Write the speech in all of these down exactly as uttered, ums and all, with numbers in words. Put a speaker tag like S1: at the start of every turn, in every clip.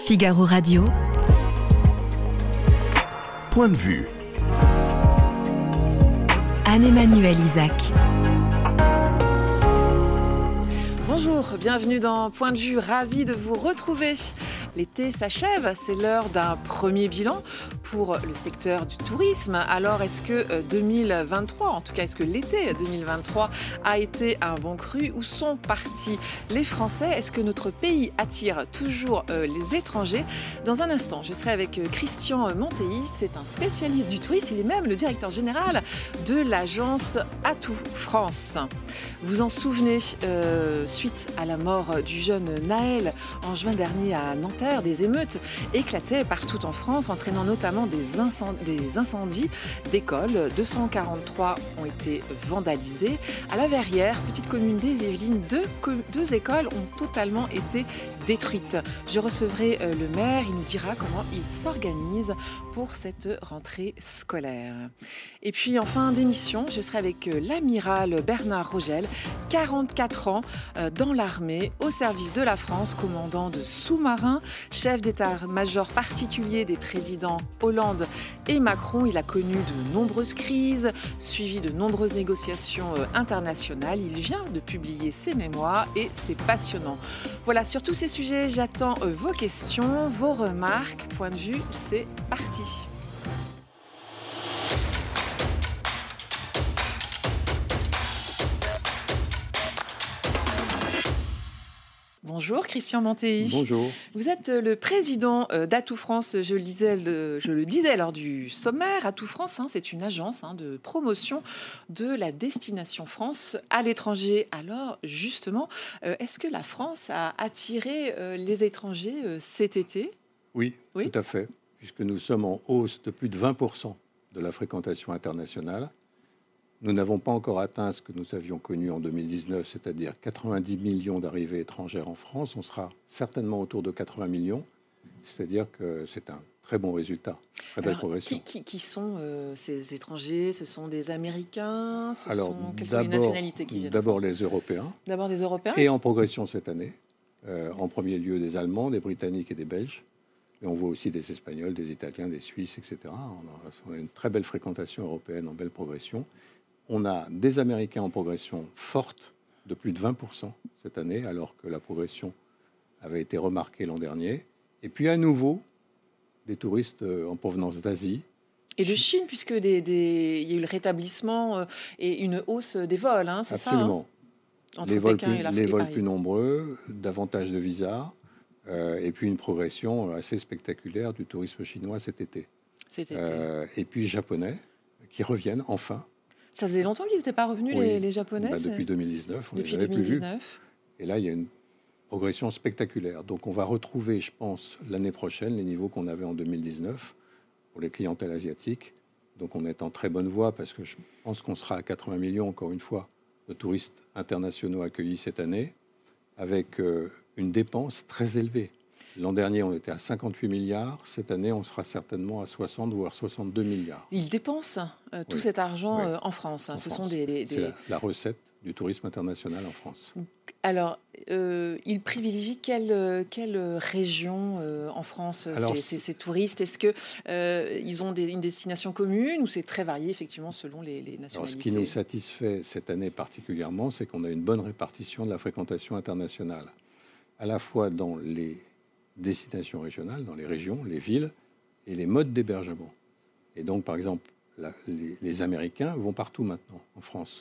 S1: Figaro Radio.
S2: Point de vue.
S1: Anne-Emmanuelle Isaac.
S3: Bonjour, bienvenue dans Point de vue, ravi de vous retrouver. L'été s'achève, c'est l'heure d'un premier bilan pour le secteur du tourisme. Alors, est-ce que deux mille vingt-trois, en tout cas, est-ce que l'été deux mille vingt-trois a été un bon cru? Où sont partis les Français? Est-ce que notre pays attire toujours les étrangers? Dans un instant, je serai avec Christian Monteilly. C'est un spécialiste du tourisme. Il est même le directeur général de l'agence Atout France. Vous en souvenez, euh, suite à la mort du jeune Naël en juin dernier à Nanterre, des émeutes éclataient partout en France, entraînant notamment des incendies, des incendies d'écoles. deux cent quarante-trois ont été vandalisées. À la Verrière, petite commune des Yvelines, deux, deux écoles ont totalement été détruites. Je recevrai le maire, il nous dira comment il s'organise pour cette rentrée scolaire. Et puis en fin d'émission, je serai avec l'amiral Bernard Rogel, quarante-quatre ans dans l'armée, au service de la France, commandant de sous-marins, chef d'état-major particulier des présidents Hollande et Macron. Il a connu de nombreuses crises, suivi de nombreuses négociations internationales. Il vient de publier ses mémoires et c'est passionnant. Voilà, sur tous ces sujets, j'attends vos questions, vos remarques. Point de vue, c'est parti. Bonjour Christian Monteilly.
S4: Bonjour.
S3: Vous êtes le président d'Atout France, je le, disais, le, je le disais lors du sommaire. Atout France, hein, c'est une agence hein, de promotion de la destination France à l'étranger. Alors justement, euh, est-ce que la France a attiré euh, les étrangers euh, cet été?
S4: oui, oui, tout à fait, puisque nous sommes en hausse de plus de vingt pour cent de la fréquentation internationale. Nous n'avons pas encore atteint ce que nous avions connu en deux mille dix-neuf, c'est-à-dire quatre-vingt-dix millions d'arrivées étrangères en France. On sera certainement autour de quatre-vingts millions, c'est-à-dire que c'est un très bon résultat, très belle
S3: Alors,
S4: progression.
S3: Qui, qui, qui sont euh, ces étrangers? Ce sont des Américains? Ce
S4: Alors,
S3: sont, quelles sont les nationalités qui viennent?
S4: D'abord les Européens.
S3: D'abord des Européens.
S4: Et en progression cette année, euh, en premier lieu des Allemands, des Britanniques et des Belges. Et on voit aussi des Espagnols, des Italiens, des Suisses, et cetera. On a, on a une très belle fréquentation européenne en belle progression. On a des Américains en progression forte de plus de vingt pour cent cette année, alors que la progression avait été remarquée l'an dernier. Et puis à nouveau, des touristes en provenance d'Asie.
S3: Et de Chine, puisque des, des... il y a eu le rétablissement et une hausse des vols, hein, c'est
S4: Absolument.
S3: ça hein, entre
S4: les vols,
S3: Pékin
S4: plus,
S3: et la
S4: les vols
S3: Paris.
S4: plus nombreux, davantage de visas, euh, et puis une progression assez spectaculaire du tourisme chinois cet été.
S3: Cet été.
S4: Euh, et puis japonais, qui reviennent enfin.
S3: Ça faisait longtemps qu'ils n'étaient pas revenus, oui. les, les Japonais
S4: bah, Depuis deux mille dix-neuf, on
S3: depuis
S4: les avait
S3: deux mille dix-neuf.
S4: plus vus. Et là, il y a une progression spectaculaire. Donc, on va retrouver, je pense, l'année prochaine, les niveaux qu'on avait en deux mille dix-neuf pour les clientèles asiatiques. Donc, on est en très bonne voie parce que je pense qu'on sera à quatre-vingts millions, encore une fois, de touristes internationaux accueillis cette année, avec euh, une dépense très élevée. L'an dernier, on était à cinquante-huit milliards. Cette année, on sera certainement à soixante, voire soixante-deux milliards.
S3: Ils dépensent euh, tout
S4: oui.
S3: cet argent
S4: oui.
S3: euh, en France.
S4: En
S3: Ce
S4: France.
S3: sont des, des, des...
S4: C'est la, la recette du tourisme international en France.
S3: Alors, euh, ils privilégient quelle, quelle région euh, en France, Alors, ces, ces, ces touristes? Est-ce qu'ils euh, ont des, une destination commune ou c'est très varié, effectivement, selon les, les nationalités?
S4: Alors, ce qui nous satisfait cette année particulièrement, c'est qu'on a une bonne répartition de la fréquentation internationale, à la fois dans les destinations régionales, dans les régions, les villes, et les modes d'hébergement. Et donc, par exemple, la, les, les Américains vont partout maintenant, en France.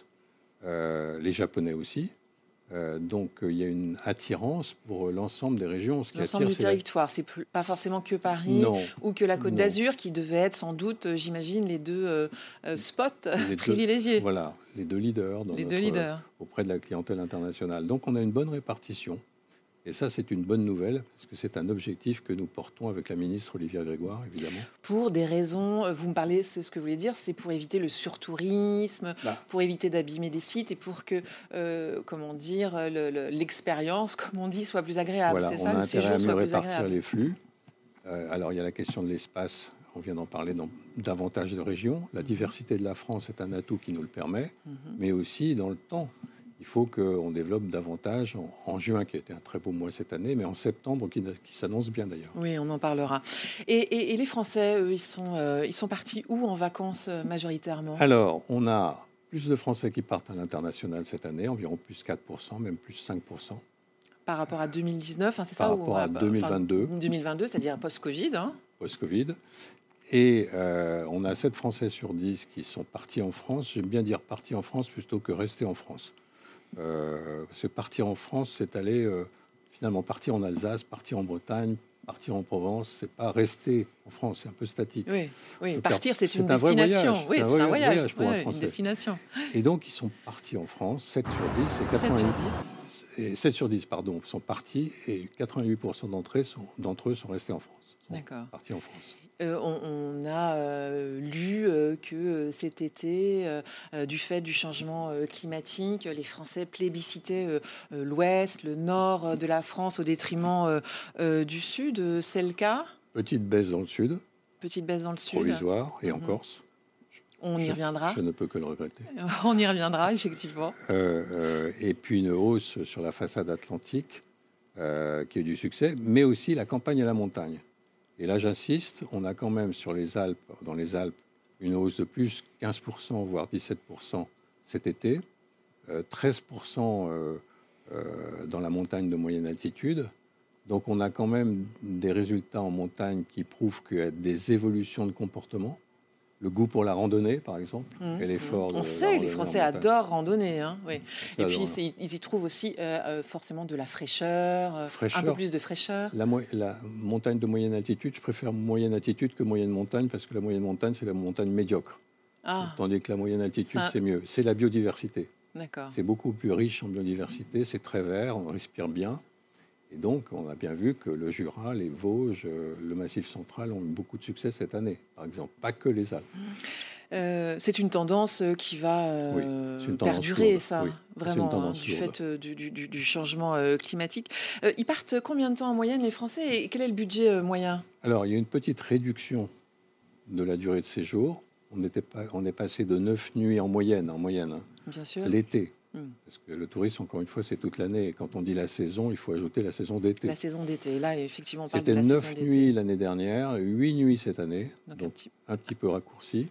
S4: Euh, les Japonais aussi. Euh, donc, il euh, y a une attirance pour l'ensemble des régions. Ce qui
S3: l'ensemble
S4: attire,
S3: du territoire, c'est plus, pas forcément que Paris
S4: non,
S3: ou que la Côte
S4: non.
S3: d'Azur, qui devaient être sans doute, j'imagine, les deux euh, spots les privilégiés.
S4: Deux, voilà, les deux leaders, dans
S3: les
S4: notre,
S3: deux leaders.
S4: Euh, auprès de la clientèle internationale. Donc, on a une bonne répartition. Et ça, c'est une bonne nouvelle, parce que c'est un objectif que nous portons avec la ministre Olivia Grégoire, évidemment.
S3: Pour des raisons, vous me parlez, c'est ce que vous voulez dire, c'est pour éviter le surtourisme, bah. pour éviter d'abîmer des sites et pour que, euh, comment dire, le, le, l'expérience, comme on dit, soit plus agréable.
S4: Voilà,
S3: c'est
S4: on
S3: ça,
S4: a
S3: le
S4: intérêt à mieux répartir
S3: agréable.
S4: les flux. Euh, alors, il y a la question de l'espace. On vient d'en parler dans davantage de régions. La diversité de la France est un atout qui nous le permet, mm-hmm. mais aussi dans le temps. il faut qu'on développe davantage en, en juin, qui a été un très beau mois cette année, mais en septembre, qui, qui s'annonce bien d'ailleurs.
S3: Oui, on en parlera. Et, et, et les Français, eux, ils sont, euh, ils sont partis où en vacances euh, majoritairement ?
S4: Alors, on a plus de Français qui partent à l'international cette année, environ plus quatre pour cent, même plus cinq pour cent.
S3: Par rapport à deux mille dix-neuf, hein, c'est
S4: Par
S3: ça
S4: rapport
S3: ou,
S4: à deux mille vingt-deux.
S3: Enfin, deux mille vingt-deux, c'est-à-dire post-Covid. Hein.
S4: Post-Covid. Et euh, on a sept Français sur dix qui sont partis en France. J'aime bien dire partis en France plutôt que rester en France. Euh, parce que partir en France, c'est aller euh, finalement partir en Alsace, partir en Bretagne, partir en Provence. C'est pas rester en France, c'est un peu statique.
S3: Oui, oui.
S4: Faut
S3: Partir, c'est,
S4: c'est
S3: une
S4: un vrai
S3: destination.
S4: voyage.
S3: Oui,
S4: c'est un,
S3: c'est un
S4: voyage,
S3: voyage,
S4: pour
S3: oui,
S4: un Français.
S3: Une destination.
S4: Et donc, ils sont partis en France, sept sur dix. Et
S3: sept sur dix.
S4: Et sept sur dix, pardon, sont partis et quatre-vingt-huit pour cent d'entre eux sont, d'entre eux sont restés en France. Sont
S3: D'accord.
S4: Partis en France.
S3: Euh, on, on a euh, lu euh, que euh, cet été, euh, euh, du fait du changement euh, climatique, les Français plébiscitaient euh, euh, l'ouest, le nord euh, de la France au détriment euh, euh, du sud. C'est le cas ?
S4: Petite baisse dans le sud,
S3: Petite baisse dans le sud.
S4: provisoire, et en
S3: Mhm.
S4: Corse.
S3: On y
S4: Je-
S3: reviendra.
S4: Je ne peux que le regretter.
S3: On y reviendra, effectivement.
S4: Euh, euh, et puis une hausse sur la façade atlantique, euh, qui est du succès, mais aussi la campagne et la montagne. Et là, j'insiste, on a quand même sur les Alpes, dans les Alpes, une hausse de plus quinze pour cent, voire dix-sept pour cent cet été, euh, treize pour cent euh, euh, dans la montagne de moyenne altitude. Donc on a quand même des résultats en montagne qui prouvent qu'il y a des évolutions de comportement. Le goût pour la randonnée, par exemple,
S3: Mmh,
S4: et l'effort.
S3: mmh.
S4: de
S3: On
S4: la
S3: sait que
S4: randonnée
S3: les
S4: en
S3: Français
S4: montagne.
S3: adorent randonner. Hein, oui.
S4: Ça
S3: Et puis,
S4: adore.
S3: c'est- ils y trouvent aussi euh, euh, forcément de la fraîcheur, euh,
S4: Fraîcheur.
S3: un peu plus de fraîcheur.
S4: La, mo- la montagne de moyenne altitude, je préfère moyenne altitude que moyenne montagne, parce que la moyenne montagne, c'est la montagne médiocre.
S3: Ah,
S4: Tandis que la moyenne altitude,
S3: Ça-
S4: c'est mieux. C'est la biodiversité.
S3: d'accord.
S4: C'est beaucoup plus riche en biodiversité, c'est très vert, on respire bien. Et donc, on a bien vu que le Jura, les Vosges, euh, le Massif central ont eu beaucoup de succès cette année, par exemple. Pas que les Alpes.
S3: Euh, c'est une tendance euh, qui va euh,
S4: Oui, c'est une tendance
S3: perdurer,
S4: lourde,
S3: ça,
S4: oui. C'est
S3: vraiment,
S4: une tendance
S3: hein, du
S4: lourde.
S3: fait euh, du, du- du- du changement euh, climatique. Euh, ils partent combien de temps en moyenne, les Français, et quel est le budget euh, moyen ?
S4: Alors, il y a une petite réduction de la durée de séjour. On, était pas, on est passé de neuf nuits en moyenne, en moyenne, hein,
S3: Bien sûr.
S4: l'été.
S3: Hmm.
S4: Parce que le tourisme, encore une fois, c'est toute l'année. Et quand on dit la saison, il faut ajouter la saison d'été.
S3: La saison d'été. Là, effectivement, on parle de
S4: C'était
S3: la saison
S4: neuf
S3: d'été.
S4: nuits l'année dernière, huit nuits cette année,
S3: Donc,
S4: donc,
S3: un petit-
S4: un petit peu raccourci.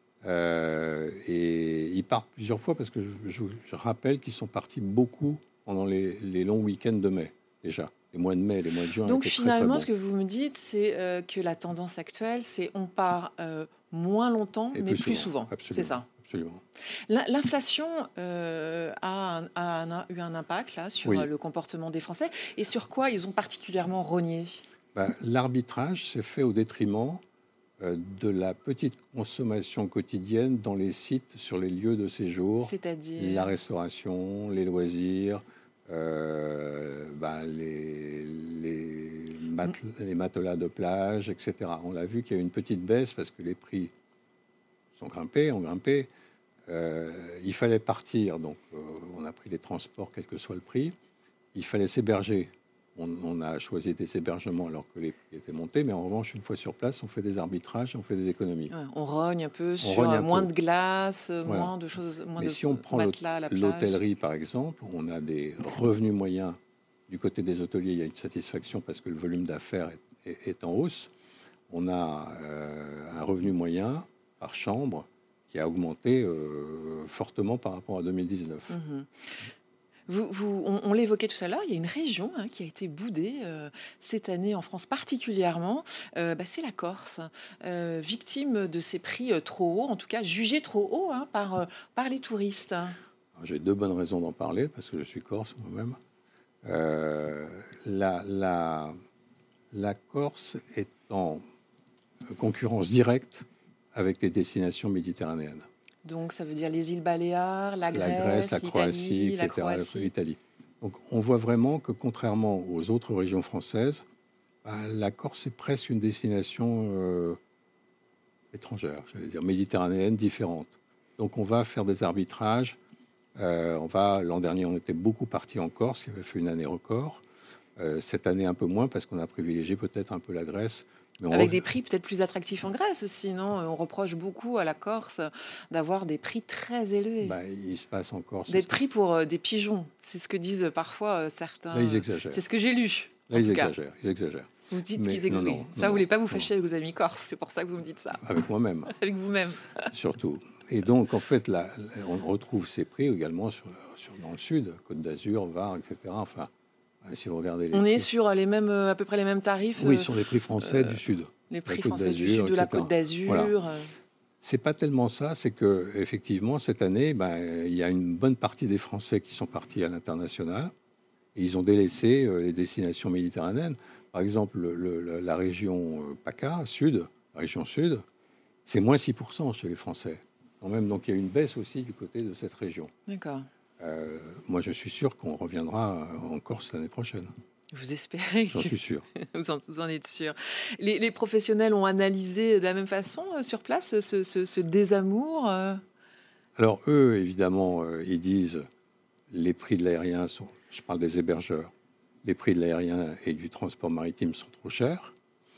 S4: Euh, et ils partent plusieurs fois parce que je, je- je rappelle qu'ils sont partis beaucoup pendant les, les longs week-ends de mai, déjà. Les mois de mai, les mois de juin.
S3: Donc
S4: étaient très,
S3: finalement,
S4: très
S3: ce que vous me dites, c'est euh, que la tendance actuelle, c'est on part euh, moins longtemps,
S4: bons. Et
S3: mais plus souvent.
S4: Absolument,
S3: C'est ça.
S4: Absolument.
S3: L'in- L'inflation euh, a, un- a un- eu un impact là sur
S4: Oui.
S3: euh, le comportement des Français. Et sur quoi ils ont particulièrement rogné ?
S4: Ben, l'arbitrage s'est fait au détriment euh, de la petite consommation quotidienne dans les sites sur les lieux de séjour.
S3: C'est-à-dire
S4: La restauration, les loisirs, euh, bah, les, les, mate- les matelas de plage, et cetera. On a vu qu'il y a eu une petite baisse parce que les prix sont grimpés, ont grimpé. Euh, il fallait partir, donc euh, on a pris les transports, quel que soit le prix. Il fallait s'héberger. On, on a choisi des hébergements alors que les prix étaient montés, mais en revanche, une fois sur place, on fait des arbitrages, on fait des économies.
S3: Ouais, on rogne un peu sur
S4: rogne un
S3: euh, moins
S4: peu.
S3: de glace, euh,
S4: Voilà.
S3: moins de choses, moins
S4: Mais
S3: de
S4: si on prend
S3: matelas à la plage.
S4: l'hôtellerie, par exemple, on a des revenus moyens. Du côté des hôteliers, il y a une satisfaction parce que le volume d'affaires est, est- est en hausse. On a euh, un revenu moyen par chambre qui a augmenté euh, fortement par rapport à deux mille dix-neuf.
S3: Mhm. Vous, vous- on, on l'évoquait tout à l'heure, il y a une région hein, qui a été boudée euh, cette année en France particulièrement, euh, bah, c'est la Corse, euh, victime de ces prix euh, trop hauts, en tout cas jugés trop hauts hein, par, euh, par les touristes.
S4: Alors, j'ai deux bonnes raisons d'en parler parce que je suis corse moi-même. Euh, la, la, la Corse est en concurrence directe avec les destinations méditerranéennes.
S3: Donc ça veut dire les îles Baléares, la Grèce,
S4: la Grèce, la Croatie,
S3: l'Italie,
S4: et
S3: la
S4: cetera,
S3: Croatie.
S4: l'Italie. Donc on voit vraiment que contrairement aux autres régions françaises, bah, la Corse est presque une destination euh, étrangère, j'allais dire méditerranéenne, différente. Donc on va faire des arbitrages. Euh, on va, l'an dernier, on était beaucoup partis en Corse, qui avait fait une année record. Euh, cette année, un peu moins, parce qu'on a privilégié peut-être un peu la Grèce Mais on
S3: Avec
S4: re-
S3: des prix peut-être plus attractifs en Grèce aussi, non? On reproche beaucoup à la Corse d'avoir des prix très élevés.
S4: bah, il se passe encore... c'est
S3: D'être
S4: ce qui-
S3: pris pour euh, des pigeons. C'est ce que disent parfois euh, certains.
S4: Là, ils exagèrent.
S3: C'est ce que j'ai lu.
S4: Là,
S3: en
S4: ils
S3: tout cas.
S4: exagèrent. Ils exagèrent.
S3: Vous dites
S4: Mais
S3: qu'ils exagèrent.
S4: non, non,
S3: Ça,
S4: non,
S3: vous voulez pas vous
S4: non.
S3: fâcher avec vos amis corses. C'est pour ça que vous me dites ça.
S4: Avec moi-même,
S3: Avec vous-même.
S4: surtout. Et donc, en fait, là, on retrouve ces prix également sur, sur, dans le sud, Côte d'Azur, Var, et cetera. Enfin, si vous regardez les
S3: On
S4: prix,
S3: est sur les mêmes, euh, à peu près les mêmes tarifs.
S4: oui,
S3: euh,
S4: sur les prix français
S3: euh,
S4: du sud.
S3: les prix
S4: Côte
S3: français du
S4: d'Azur,
S3: sud de la
S4: et cetera.
S3: Côte d'Azur.
S4: Voilà.
S3: euh,
S4: C'est pas tellement ça, c'est que effectivement cette année, ben, il y a une bonne partie des Français qui sont partis à l'international et ils ont délaissé euh, les destinations méditerranéennes. Par exemple, le- le- la région euh, PACA, sud, la région sud, c'est moins six pour cent chez les Français. Quand même, donc il y a une baisse aussi du côté de cette région.
S3: D'accord.
S4: Euh, moi, je suis sûr qu'on reviendra en Corse l'année prochaine.
S3: Vous espérez
S4: J'en
S3: que-
S4: suis sûr.
S3: vous, en, vous en êtes sûr. Les, les professionnels ont analysé de la même façon euh, sur place ce, ce- ce désamour. euh,
S4: Alors eux, évidemment, euh, ils disent les prix de l'aérien sont, je parle des hébergeurs, les prix de l'aérien et du transport maritime sont trop chers.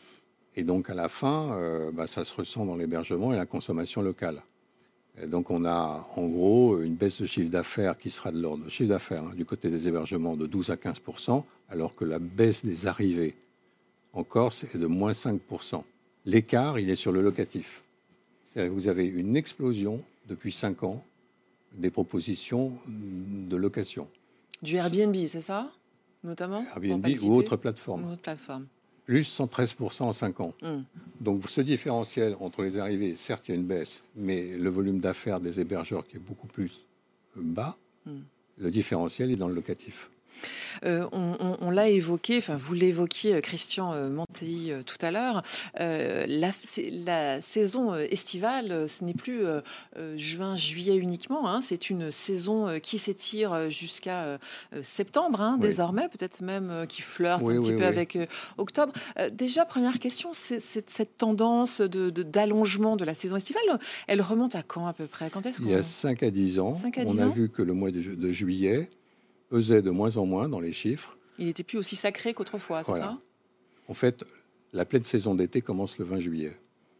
S4: Et donc à la fin, euh, bah, ça se ressent dans l'hébergement et la consommation locale. Et donc on a en gros une baisse de chiffre d'affaires qui sera de l'ordre de chiffre d'affaires hein, du côté des hébergements de douze à quinze pour cent, alors que la baisse des arrivées en Corse est de moins cinq pour cent. L'écart, il est sur le locatif. C'est-à-dire que vous avez une explosion depuis cinq ans des propositions de location,
S3: Du Airbnb, c'est ça? Notamment?
S4: Airbnb
S3: Pour pas le
S4: ou
S3: citer.
S4: autre plateforme,
S3: Ou autre plateforme.
S4: plus cent treize pour cent en cinq ans.
S3: Hmm.
S4: Donc ce différentiel entre les arrivées, certes il y a une baisse, mais le volume d'affaires des hébergeurs qui est beaucoup plus bas,
S3: Mm.
S4: le différentiel est dans le locatif.
S3: Euh, on on- on l'a évoqué, enfin vous l'évoquiez, euh, Christian euh, Mantéi, euh, tout à l'heure. euh, la, c'est- la saison euh, estivale, euh, ce n'est plus euh, euh, juin, juillet uniquement. hein, c'est une saison euh, qui s'étire euh, jusqu'à euh, euh, septembre, hein,
S4: Oui.
S3: désormais, peut-être même euh, qui flirte
S4: Oui,
S3: un petit
S4: oui,
S3: peu
S4: oui.
S3: avec euh, octobre. Euh, déjà, première question, c'est, c'est- cette tendance de, de- d'allongement de la saison estivale, elle remonte à quand à peu près? Quand est-ce
S4: Il
S3: qu'on...
S4: y a cinq à dix ans,
S3: cinq à
S4: on
S3: dix
S4: a
S3: ans
S4: vu que le mois de, ju- de juillet pesait de moins en moins dans les chiffres.
S3: Il n'était plus aussi sacré qu'autrefois, c'est
S4: Voilà.
S3: ça?
S4: En fait, la pleine saison d'été commence le vingt juillet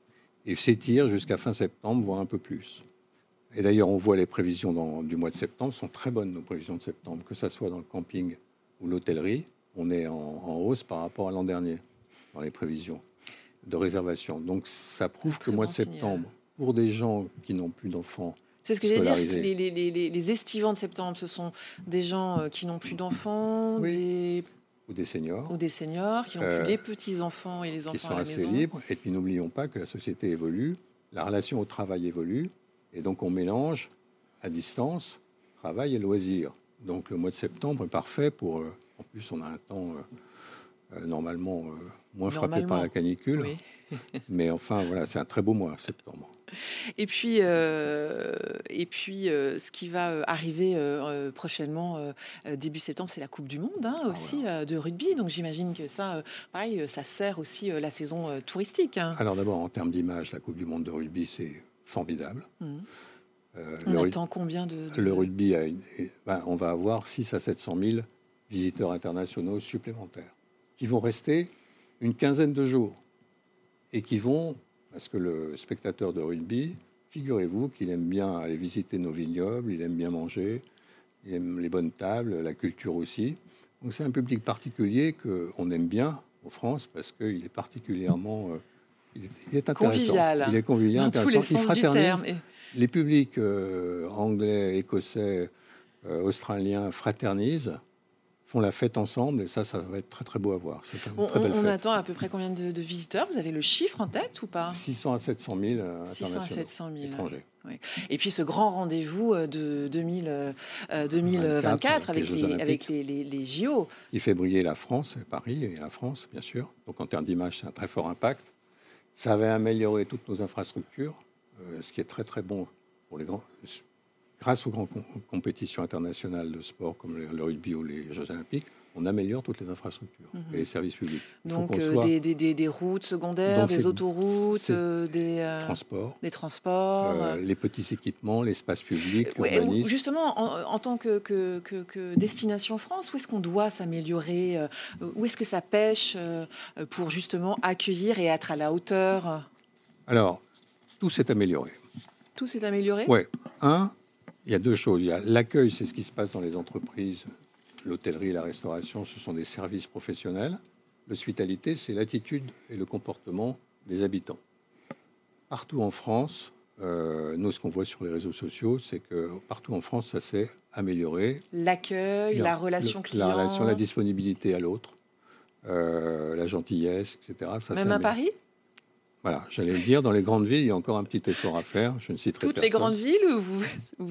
S4: et s'étire jusqu'à fin septembre, voire un peu plus. Et d'ailleurs, on voit les prévisions dans- du mois de septembre sont très bonnes, nos prévisions de septembre, que ce soit dans le camping ou l'hôtellerie. On est en, en hausse par rapport à l'an dernier dans les prévisions de réservation. Donc, ça prouve que
S3: Très
S4: le mois
S3: bon
S4: de
S3: signal.
S4: septembre, pour des gens qui n'ont plus d'enfants,
S3: C'est ce que j'allais dire,
S4: scolarisés.
S3: c'est les, les, les, les- les estivants de septembre, ce sont des gens euh, qui n'ont plus d'enfants,
S4: Oui.
S3: des,
S4: ou des seniors,
S3: ou des seniors, qui n'ont
S4: Euh,
S3: plus les petits-enfants et les
S4: qui
S3: enfants
S4: sont
S3: à la
S4: assez
S3: maison.
S4: libres. Et puis, n'oublions pas que la société évolue, la relation au travail évolue, et donc on mélange à distance travail et loisirs. Donc, le mois de septembre est parfait pour... euh, en plus, on a un temps euh, euh, normalement euh, moins frappé par
S3: Normalement,
S4: la canicule.
S3: Oui.
S4: Mais enfin, voilà, c'est un très beau mois, septembre.
S3: Et puis, euh, et puis euh, ce qui va euh, arriver euh, euh, prochainement, euh, euh, début septembre, c'est la Coupe du Monde hein,
S4: Ah,
S3: aussi euh, de rugby. Donc j'imagine que ça, euh, pareil, euh, ça sert aussi euh, la saison euh, touristique. hein.
S4: Alors d'abord, en termes d'image, la Coupe du Monde de rugby, c'est formidable.
S3: Mhm.
S4: Euh,
S3: On
S4: le, ru-
S3: attend combien de, de-
S4: le rugby, a une- ben, on va avoir six à sept cent mille visiteurs internationaux supplémentaires qui vont rester une quinzaine de jours et qui vont, parce que le spectateur de rugby, figurez-vous qu'il aime bien aller visiter nos vignobles, il aime bien manger, il aime les bonnes tables, la culture aussi. Donc c'est un public particulier qu'on aime bien en France parce qu'il est particulièrement... euh, il, est, il est intéressant.
S3: Convivial.
S4: Il est convivial,
S3: dans tous les
S4: intéressant. Il
S3: sens du
S4: fraternise.
S3: terme. Et-
S4: Les publics euh, anglais, écossais, euh, australiens fraternisent, font la fête ensemble, et ça, ça va être très très beau à voir. C'est une
S3: On,
S4: très belle
S3: on- on
S4: fête.
S3: attend à peu près combien de, de visiteurs? Vous avez le chiffre en tête ou pas?
S4: six cents à sept cent mille euh,
S3: six cents à
S4: internationaux,
S3: sept cent mille.
S4: étrangers.
S3: Et puis ce grand rendez-vous euh, de deux mille, euh, deux mille vingt-quatre avec,
S4: avec les
S3: les,
S4: Jeux
S3: avec
S4: Olympiques.
S3: les, les- les J O.
S4: Qui fait briller la France, Paris et la France, bien sûr. Donc en termes d'image, c'est un très fort impact. Ça va améliorer toutes nos infrastructures, euh, ce qui est très très bon pour les grands. Grâce aux grandes com- compétitions internationales de sport comme le, le rugby ou les Jeux Olympiques, on améliore toutes les infrastructures mmh. et les services publics.
S3: Donc euh, soit... des, des, des routes secondaires, Donc, des autoroutes, euh, des, euh,
S4: transports,
S3: des transports
S4: euh, les petits équipements, l'espace public,
S3: ouais,
S4: l'urbanisme.
S3: Justement, en, en tant que, que, que, que Destination France, où est-ce qu'on doit s'améliorer euh, Où est-ce que ça pêche euh, pour justement accueillir et être à la hauteur?
S4: Alors, tout s'est amélioré.
S3: Tout s'est amélioré?
S4: Oui. Un, il y a deux choses. Il y a l'accueil, c'est ce qui se passe dans les entreprises. L'hôtellerie et la restauration, ce sont des services professionnels. L'hospitalité, c'est l'attitude et le comportement des habitants. Partout en France, euh, nous, ce qu'on voit sur les réseaux sociaux, c'est que partout en France, ça s'est amélioré.
S3: L'accueil, la, la relation
S4: le,
S3: client.
S4: La relation, la disponibilité à l'autre, euh, la gentillesse, et cetera. Ça
S3: Même à Paris ?
S4: Voilà, j'allais le dire, dans les grandes villes, il y a encore un petit effort à faire. Je ne citerai
S3: Toutes
S4: personne.
S3: les grandes villes ou vous...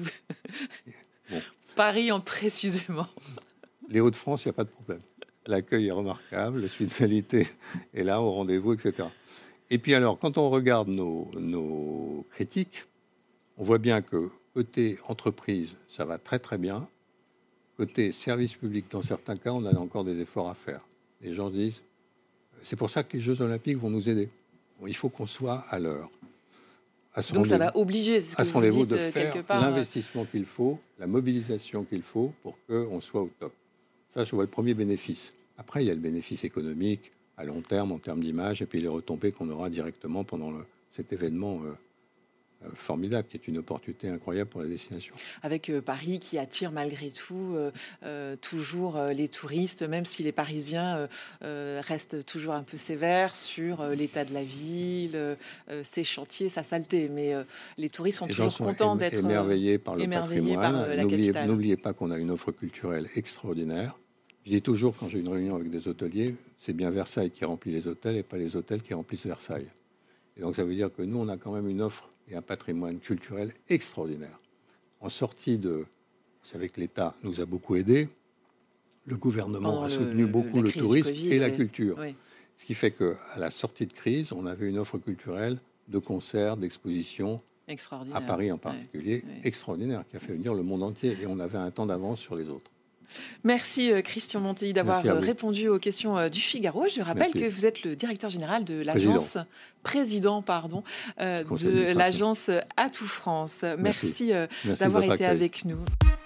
S4: bon.
S3: Paris en précisément.
S4: Les Hauts-de-France, il n'y a pas de problème. L'accueil est remarquable, l'hospitalité est là, au rendez-vous, et cetera. Et puis alors, quand on regarde nos, nos critiques, on voit bien que côté entreprise, ça va très très bien. Côté service public, dans certains cas, on a encore des efforts à faire. Les gens disent, c'est pour ça que les Jeux Olympiques vont nous aider. Il faut qu'on soit à l'heure. À
S3: Donc ça va obliger, c'est ce que
S4: à ce rendez-vous
S3: vous dites,
S4: de faire
S3: quelque part,
S4: l'investissement qu'il faut, la mobilisation qu'il faut pour qu'on soit au top. Ça, je vois le premier bénéfice. Après, il y a le bénéfice économique à long terme, en termes d'image, et puis les retombées qu'on aura directement pendant le, cet événement euh, euh, formidable, qui est une opportunité incroyable pour la destination.
S3: Avec euh, Paris qui attire malgré tout euh, euh, toujours euh, les touristes, même si les Parisiens euh, euh, restent toujours un peu sévères sur euh, l'état de la ville, euh, ses chantiers, sa saleté. Mais euh, les touristes sont
S4: les
S3: toujours
S4: gens sont
S3: contents
S4: éme-
S3: d'être
S4: émerveillés par le
S3: émerveillés
S4: patrimoine.
S3: par euh, la
S4: N'oubliez,
S3: capitale.
S4: n'oubliez pas qu'on a une offre culturelle extraordinaire. Je dis toujours, quand j'ai une réunion avec des hôteliers, c'est bien Versailles qui remplit les hôtels et pas les hôtels qui remplissent Versailles. Et donc, ça veut dire que nous, on a quand même une offre et un patrimoine culturel extraordinaire. En sortie de... Vous savez que l'État nous a beaucoup aidés. Le gouvernement
S3: Pendant
S4: a
S3: le,
S4: soutenu beaucoup le tourisme
S3: Covid,
S4: et la
S3: oui.
S4: culture.
S3: Oui.
S4: Ce qui fait qu'à la sortie de crise, on avait une offre culturelle de concerts, d'expositions, à Paris en particulier, oui, oui. extraordinaire, qui a fait venir le monde entier. Et on avait un temps d'avance sur les autres.
S3: Merci Christian Montelli d'avoir répondu aux questions du Figaro. Je rappelle Merci. que vous êtes le directeur général de l'agence, président, président pardon, euh, de l'agence Atout France. Merci, Merci. Merci d'avoir été accueil. avec nous.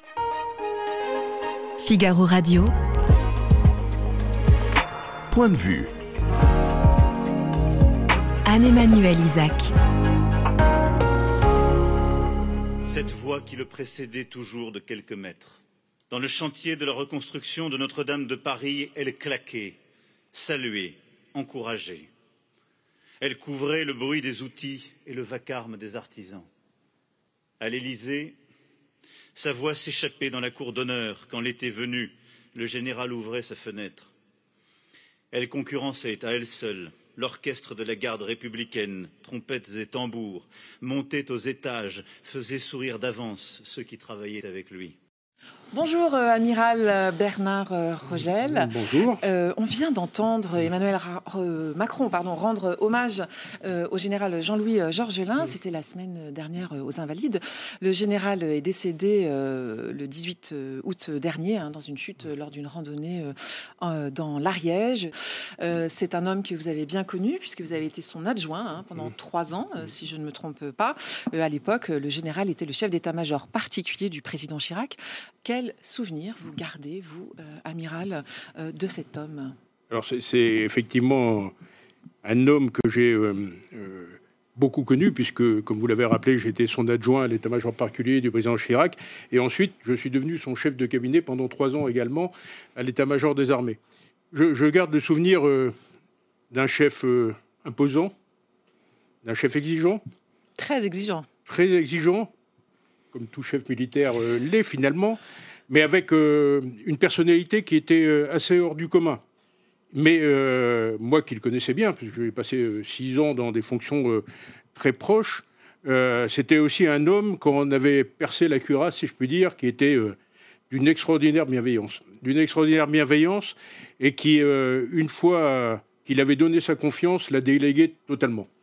S1: Figaro Radio.
S2: Point de vue.
S1: Anne-Emmanuel Isaac.
S5: Cette voie qui le précédait toujours de quelques mètres. Dans le chantier de la reconstruction de Notre-Dame de Paris, elle claquait, saluée, encouragée. Elle couvrait le bruit des outils et le vacarme des artisans. À l'Élysée, sa voix s'échappait dans la cour d'honneur quand l'été venu, le général ouvrait sa fenêtre. Elle concurrençait à elle seule l'orchestre de la garde républicaine, trompettes et tambours, montait aux étages, faisait sourire d'avance ceux qui travaillaient avec lui.
S3: Bonjour, euh, amiral Bernard euh, Rogel.
S6: Bonjour.
S3: Euh, on vient d'entendre Emmanuel Ra- euh, Macron pardon, rendre hommage euh, au général Jean-Louis Georgelin. Oui. C'était la semaine dernière aux Invalides. Le général est décédé euh, le dix-huit août dernier hein, dans une chute lors d'une randonnée euh, dans l'Ariège. Euh, c'est un homme que vous avez bien connu puisque vous avez été son adjoint hein, pendant oui. trois ans, euh, si je ne me trompe pas. Euh, à l'époque, le général était le chef d'état-major particulier du président Chirac. Quel souvenir vous gardez, vous, euh, amiral, euh, de cet homme ?
S6: Alors, c'est, c'est effectivement un homme que j'ai euh, euh, beaucoup connu, puisque, comme vous l'avez rappelé, j'étais son adjoint à l'état-major particulier du président Chirac, et ensuite, je suis devenu son chef de cabinet pendant trois ans également à l'état-major des armées. Je, je garde le souvenir euh, d'un chef euh, imposant, d'un chef exigeant.
S3: Très exigeant.
S6: Très exigeant. Comme tout chef militaire euh, l'est finalement, mais avec euh, une personnalité qui était euh, assez hors du commun. Mais euh, moi qui le connaissais bien, puisque j'ai passé euh, six ans dans des fonctions euh, très proches, euh, c'était aussi un homme qu'on avait percé la cuirasse, si je puis dire, qui était euh, d'une extraordinaire bienveillance. D'une extraordinaire bienveillance et qui, euh, une fois qu'il avait donné sa confiance, l'a délégué totalement.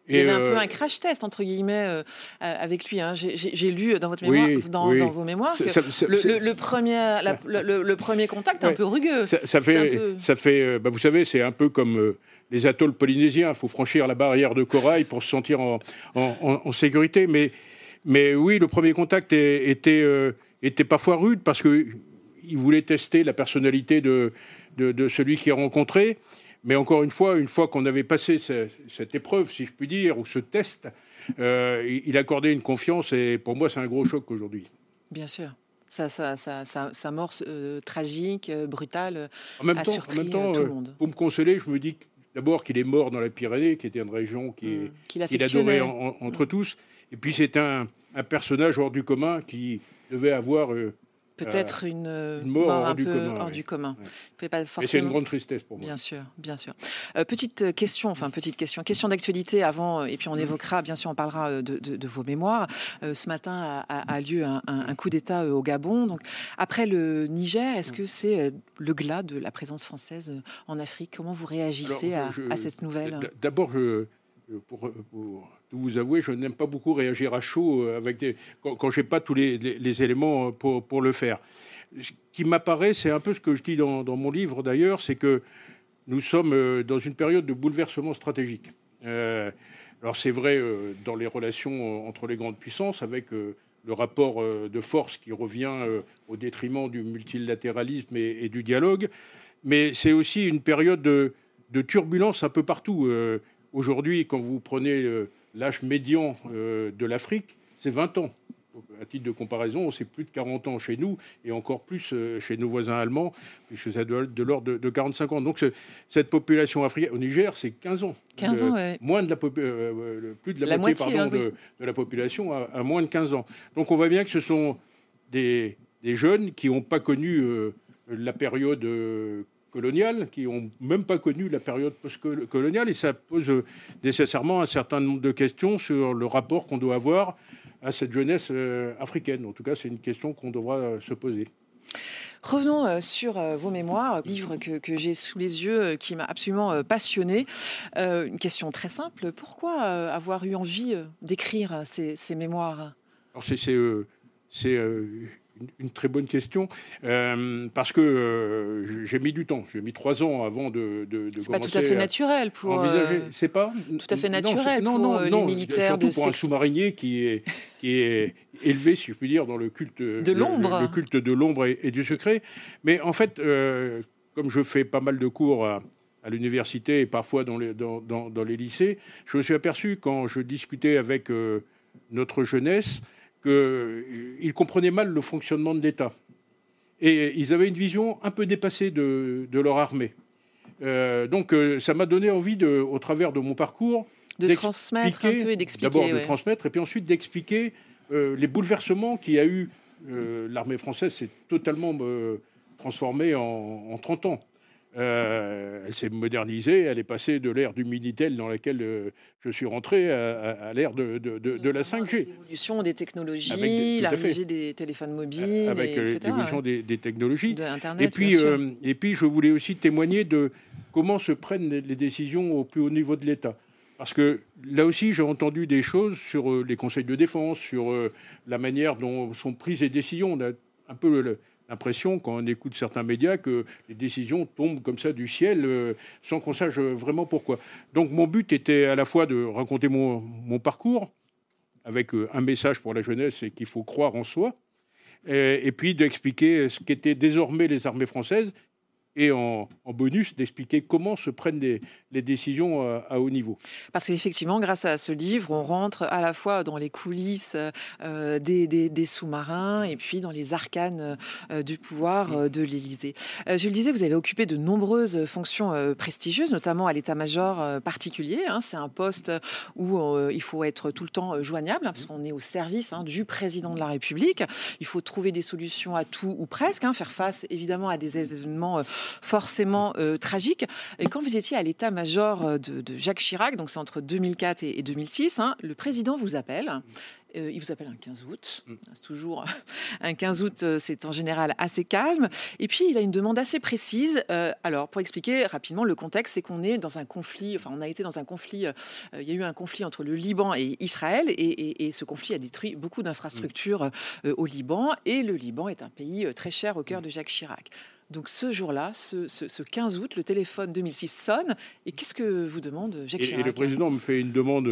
S3: Il y avait
S6: euh,
S3: un peu un crash test, entre guillemets, euh, avec lui. Hein. J'ai, j'ai, j'ai lu dans, votre mémoire,
S6: oui,
S3: dans,
S6: oui.
S3: dans vos mémoires que
S6: ça, ça,
S3: le,
S6: ça,
S3: le, le, premier, la, le, le premier contact est ouais. un peu rugueux.
S6: Ça, ça fait, peu... ça fait bah, vous savez, c'est un peu comme euh, les atolls polynésiens. Il faut franchir la barrière de corail pour se sentir en, en, en, en sécurité. Mais, mais oui, le premier contact est, était, euh, était parfois rude parce qu'il voulait tester la personnalité de, de, de celui qu'il rencontrait. Mais encore une fois, une fois qu'on avait passé ce, cette épreuve, si je puis dire, ou ce test, euh, il accordait une confiance. Et pour moi, c'est un gros choc aujourd'hui.
S3: Bien sûr. Sa, sa, sa, sa, sa mort euh, tragique, euh, brutale,
S6: en même
S3: a
S6: temps,
S3: surpris
S6: en même temps,
S3: euh, tout
S6: euh,
S3: le monde.
S6: Pour me consoler, je me dis d'abord qu'il est mort dans la Pyrénées, qui était une région qui
S3: mmh, qu'il
S6: qu'il adorait en, en, entre mmh. tous. Et puis c'est un, un personnage hors du commun qui devait avoir... Euh,
S3: Peut-être une,
S6: une mort, mort
S3: un
S6: un
S3: peu
S6: commun,
S3: hors
S6: oui.
S3: du commun.
S6: Oui.
S3: Vous pas forcément...
S6: Et c'est une grande tristesse pour moi.
S3: Bien sûr, bien sûr. Euh, petite question, enfin petite question, question d'actualité avant, et puis on évoquera, bien sûr, on parlera de, de, de vos mémoires. Euh, ce matin a, a lieu un, un, un coup d'État au Gabon. Donc après le Niger, est-ce que c'est le glas de la présence française en Afrique? Comment vous réagissez Alors, je, à, à cette nouvelle?
S6: D'abord, je, pour, pour vous avouer, je n'aime pas beaucoup réagir à chaud avec des, quand, quand j'ai pas tous les, les, les éléments pour, pour le faire. Ce qui m'apparaît, c'est un peu ce que je dis dans, dans mon livre d'ailleurs, c'est que nous sommes dans une période de bouleversement stratégique. Euh, alors c'est vrai euh, dans les relations entre les grandes puissances, avec euh, le rapport euh, de force qui revient euh, au détriment du multilatéralisme et, et du dialogue, mais c'est aussi une période de, de turbulence un peu partout. Euh, aujourd'hui, quand vous prenez euh, l'âge médian euh, de l'Afrique, c'est vingt ans. À titre de comparaison, c'est plus de quarante ans chez nous et encore plus euh, chez nos voisins allemands, puisque ça doit être de l'ordre de, de quarante-cinq ans. Donc ce, cette population africaine, au Niger, c'est quinze ans.
S3: quinze ans, ouais.
S6: Moins de la, euh, plus de la, la moitié, moitié pardon, hein, oui. de, de la population à, à moins de quinze ans. Donc on voit bien que ce sont des, des jeunes qui n'ont pas connu euh, la période euh, coloniale, qui n'ont même pas connu la période post-coloniale, et ça pose euh, nécessairement un certain nombre de questions sur le rapport qu'on doit avoir à cette jeunesse euh, africaine. En tout cas, c'est une question qu'on devra euh, se poser.
S3: Revenons euh, sur euh, vos mémoires, livre que, que j'ai sous les yeux, euh, qui m'a absolument euh, passionné. Euh, une question très simple, pourquoi euh, avoir eu envie euh, d'écrire ces, ces mémoires?
S6: Alors c'est, c'est, euh, c'est euh, une, une très bonne question, euh, parce que euh, j'ai mis du temps, j'ai mis trois ans avant de, de, de
S3: c'est
S6: commencer
S3: pas tout à fait naturel pour
S6: envisager.
S3: Euh,
S6: c'est pas
S3: tout à fait naturel
S6: non,
S3: pour
S6: non,
S3: euh,
S6: non,
S3: les militaires
S6: surtout
S3: de
S6: pour un sous-marinier qui est qui est élevé, si je puis dire, dans le culte
S3: de l'ombre,
S6: le, le culte de l'ombre et, et du secret. Mais en fait, euh, comme je fais pas mal de cours à, à l'université et parfois dans les, dans, dans, dans les lycées, je me suis aperçu quand je discutais avec euh, notre jeunesse qu'ils comprenaient mal le fonctionnement de l'État. Et ils avaient une vision un peu dépassée de, de leur armée. Euh, donc euh, ça m'a donné envie, de, au travers de mon parcours,
S3: de transmettre un peu et d'expliquer.
S6: D'abord
S3: ouais.
S6: de transmettre et puis ensuite d'expliquer euh, les bouleversements qu'il y a eu. Euh, l'armée française s'est totalement euh, transformée en, en trente ans. Euh, elle s'est modernisée, elle est passée de l'ère du Minitel dans laquelle euh, je suis rentré à, à, à l'ère de, de, de, de la cinq G.
S3: L'évolution des technologies, de, l'arrivée des téléphones mobiles,
S6: avec
S3: et, et cetera.
S6: L'évolution ouais. des, des technologies.
S3: De Internet,
S6: et, puis, euh, et puis je voulais aussi témoigner de comment se prennent les, les décisions au plus haut niveau de l'État. Parce que là aussi, j'ai entendu des choses sur euh, les conseils de défense, sur euh, la manière dont sont prises les décisions. On a un peu le, l'impression, quand on écoute certains médias, que les décisions tombent comme ça du ciel, euh, sans qu'on sache vraiment pourquoi. Donc mon but était à la fois de raconter mon, mon parcours, avec euh, un message pour la jeunesse, et qu'il faut croire en soi, et, et puis d'expliquer ce qu'étaient désormais les armées françaises, et en, en bonus, d'expliquer comment se prennent les, les décisions à, à haut niveau.
S3: Parce qu'effectivement, grâce à ce livre, on rentre à la fois dans les coulisses euh, des, des, des sous-marins et puis dans les arcanes euh, du pouvoir euh, de l'Élysée. Euh, je le disais, vous avez occupé de nombreuses fonctions euh, prestigieuses, notamment à l'état-major euh, particulier. Hein, c'est un poste où euh, il faut être tout le temps euh, joignable, hein, parce qu'on est au service hein, du président de la République. Il faut trouver des solutions à tout ou presque, hein, faire face évidemment à des événements euh, forcément euh, tragique. Et quand vous étiez à l'état-major de, de Jacques Chirac, donc c'est entre deux mille quatre et, et deux mille six, hein, le président vous appelle. Euh, il vous appelle un quinze août. C'est toujours un quinze août, c'est en général assez calme. Et puis, il a une demande assez précise. Euh, alors, pour expliquer rapidement le contexte, c'est qu'on est dans un conflit, enfin, on a été dans un conflit, euh, il y a eu un conflit entre le Liban et Israël, et, et, et ce conflit a détruit beaucoup d'infrastructures euh, au Liban, et le Liban est un pays très cher au cœur de Jacques Chirac. Donc ce jour-là, ce, ce, ce quinze août, le téléphone deux mille six sonne, et qu'est-ce que vous demande Jacques
S6: et,
S3: Chirac ?
S6: Et le président me fait une demande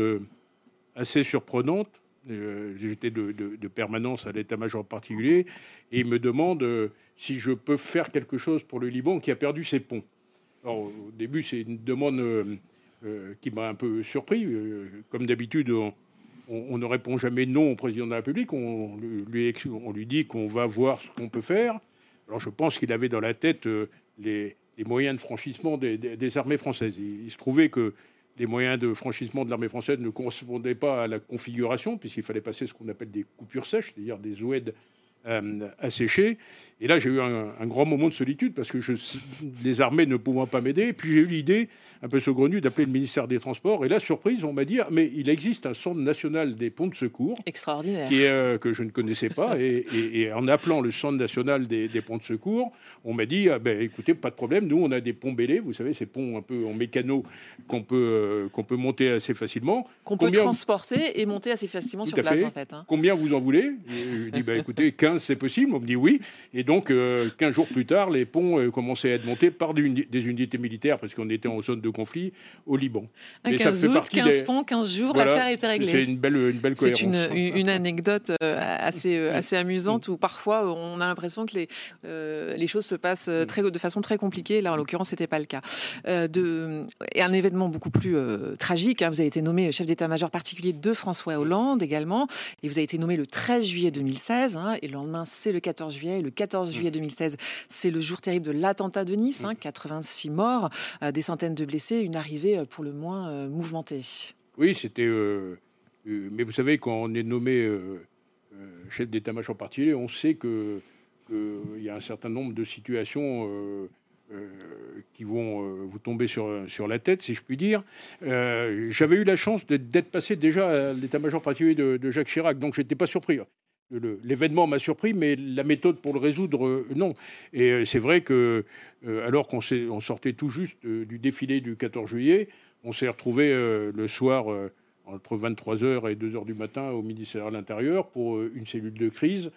S6: assez surprenante. Euh, j'étais de, de, de permanence à l'état-major particulier, et il me demande euh, si je peux faire quelque chose pour le Liban qui a perdu ses ponts. Alors, au début, c'est une demande euh, euh, qui m'a un peu surpris. Euh, comme d'habitude, on, on, on ne répond jamais non au président de la République. On lui, on lui dit qu'on va voir ce qu'on peut faire. Alors, je pense qu'il avait dans la tête euh, les, les moyens de franchissement des, des, des armées françaises. Il, il se trouvait que les moyens de franchissement de l'armée française ne correspondaient pas à la configuration, puisqu'il fallait passer ce qu'on appelle des coupures sèches, c'est-à-dire des oueds euh, asséchés. Et là, j'ai eu un, un grand moment de solitude, parce que je, les armées ne pouvant pas m'aider. Et puis j'ai eu l'idée, un peu saugrenue, d'appeler le ministère des Transports. Et là, surprise, on m'a dit, mais il existe un centre national des ponts de secours.
S3: Extraordinaire.
S6: Qui est, euh, que je ne connaissais pas. Et, et, et en appelant le centre national des, des ponts de secours, on m'a dit, ah ben, écoutez, pas de problème, nous, on a des ponts bêlés, vous savez, ces ponts un peu en mécano qu'on peut, euh, qu'on peut monter assez facilement.
S3: Qu'on peut Combien transporter vous... et monter assez facilement Tout sur place, fait. en fait. Hein.
S6: Combien vous en voulez ? Je dis, bah, écoutez, quinze, c'est possible. On me dit oui. Et donc, euh, quinze jours plus tard, les ponts euh, commençaient à être montés par des, uni- des unités militaires, parce qu'on était en zone de conflit au Liban.
S3: Un quinze août, quinze des... ponts, quinze jours, voilà, l'affaire était réglée.
S6: C'est une belle, une belle cohérence.
S3: C'est une, une anecdote assez, assez amusante, où parfois, on a l'impression que les, euh, les choses se passent très, de façon très compliquée. Là, en l'occurrence, ce n'était pas le cas. Euh, de, et un événement beaucoup plus euh, tragique. Hein. Vous avez été nommé chef d'état-major particulier de François Hollande également. Et vous avez été nommé le treize juillet deux mille seize. Hein, et le lendemain, c'est le quatorze juillet. Et le quatorze juillet deux mille seize, c'est le jour terrible de l'attentat de Nice. Hein, quatre-vingt-six morts, euh, des centaines de blessés. Une arrivée pour le moins euh, mouvementée.
S6: Oui, c'était... Euh, euh, mais vous savez, quand on est nommé euh, euh, chef d'état-major particulier, on sait que qu'il y a un certain nombre de situations euh, euh, qui vont euh, vous tomber sur, sur la tête, si je puis dire. Euh, j'avais eu la chance d'être, d'être passé déjà à l'état-major particulier de, de Jacques Chirac, donc je n'étais pas surpris. Le, l'événement m'a surpris, mais la méthode pour le résoudre, euh, non. Et euh, c'est vrai que, euh, alors qu'on s'est, on sortait tout juste euh, du défilé du quatorze juillet, on s'est retrouvé euh, le soir euh, entre vingt-trois heures et deux heures du matin au ministère de l'Intérieur pour euh, une cellule de crise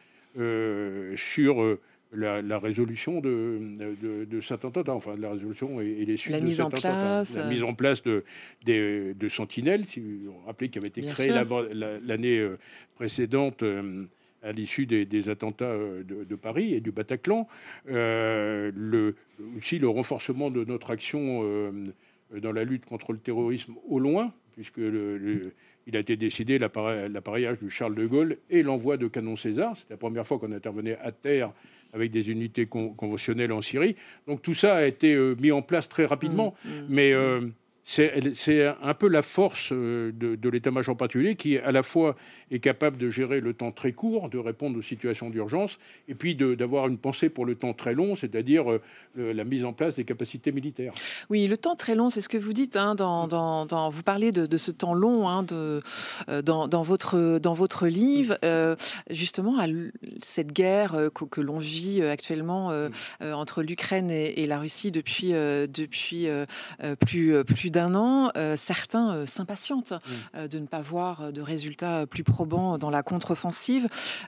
S6: euh, sur euh, la, la résolution de, de, de cet attentat, enfin de la résolution et, et les suites
S3: la
S6: de
S3: mise
S6: cet
S3: en
S6: attentat.
S3: place,
S6: la mise en place de, de, de sentinelles, si vous vous rappelez, qui avait été créée la, la, l'année euh, précédente. Euh, à l'issue des, des attentats de, de Paris et du Bataclan, euh, le, aussi le renforcement de notre action euh, dans la lutte contre le terrorisme au loin, puisque le, le, il a été décidé l'appareil, l'appareillage du Charles de Gaulle et l'envoi de canons César. C'était la première fois qu'on intervenait à terre avec des unités con, conventionnelles en Syrie. Donc tout ça a été euh, mis en place très rapidement, mmh, mmh, mais... Euh, C'est, c'est un peu la force de, de l'état-major particulier qui, à la fois, est capable de gérer le temps très court, de répondre aux situations d'urgence, et puis de, d'avoir une pensée pour le temps très long, c'est-à-dire euh, la mise en place des capacités militaires.
S3: Oui, le temps très long, c'est ce que vous dites. Hein, dans, dans, dans, vous parlez de, de ce temps long hein, de, euh, dans, dans, votre, dans votre livre. Euh, justement, à l- cette guerre euh, que, que l'on vit actuellement euh, euh, entre l'Ukraine et, et la Russie depuis, euh, depuis euh, plus, plus d'un an, euh, certains euh, s'impatientent euh, de ne pas voir de résultats plus probants dans la contre-offensive.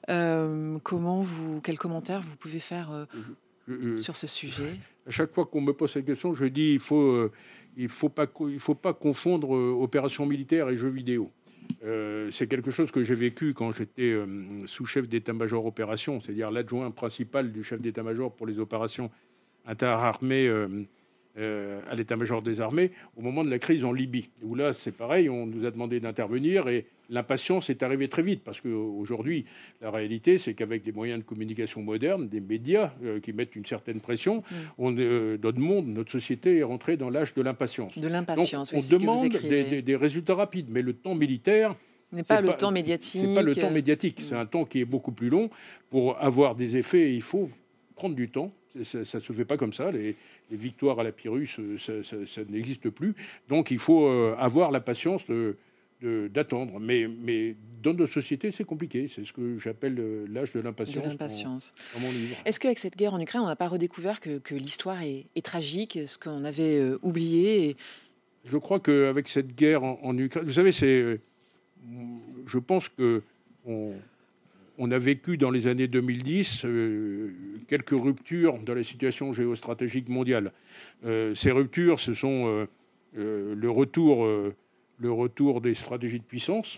S3: Euh, comment vous, quels commentaires vous pouvez faire euh, je, je, sur ce sujet ?
S6: À chaque fois qu'on me pose cette question, je dis il faut, euh, il faut pas, il faut pas confondre euh, opération militaire et jeux vidéo. Euh, c'est quelque chose que j'ai vécu quand j'étais euh, sous-chef d'état-major opération, c'est-à-dire l'adjoint principal du chef d'état-major pour les opérations interarmées. Euh, Euh, à l'état-major des armées au moment de la crise en Libye, où là c'est pareil, on nous a demandé d'intervenir et l'impatience est arrivée très vite, parce qu'aujourd'hui la réalité c'est qu'avec des moyens de communication modernes, des médias euh, qui mettent une certaine pression, mmh. on, euh, notre monde, notre société est rentrée dans l'âge de l'impatience.
S3: De l'impatience,
S6: Donc,
S3: oui,
S6: on demande des, des, des résultats rapides, mais le temps militaire
S3: n'est pas
S6: c'est
S3: le
S6: pas,
S3: temps médiatique.
S6: C'est pas le temps médiatique, c'est un temps qui est beaucoup plus long. Pour avoir des effets, il faut prendre du temps. Ça ne se fait pas comme ça. Les, les victoires à la Pyrrhus, ça, ça, ça n'existe plus. Donc il faut euh, avoir la patience de, de, d'attendre. Mais, mais dans notre société, c'est compliqué. C'est ce que j'appelle euh, l'âge de l'impatience,
S3: de l'impatience.
S6: Dans, dans mon livre.
S3: Est-ce qu'avec cette guerre en Ukraine, on n'a pas redécouvert que, que l'histoire est, est tragique, ce qu'on avait euh, oublié et...
S6: Je crois qu'avec cette guerre en, en Ukraine, vous savez, c'est, je pense que on, on a vécu dans les années deux mille dix euh, quelques ruptures dans la situation géostratégique mondiale. Euh, ces ruptures, ce sont euh, euh, le retour, euh, le retour des stratégies de puissance,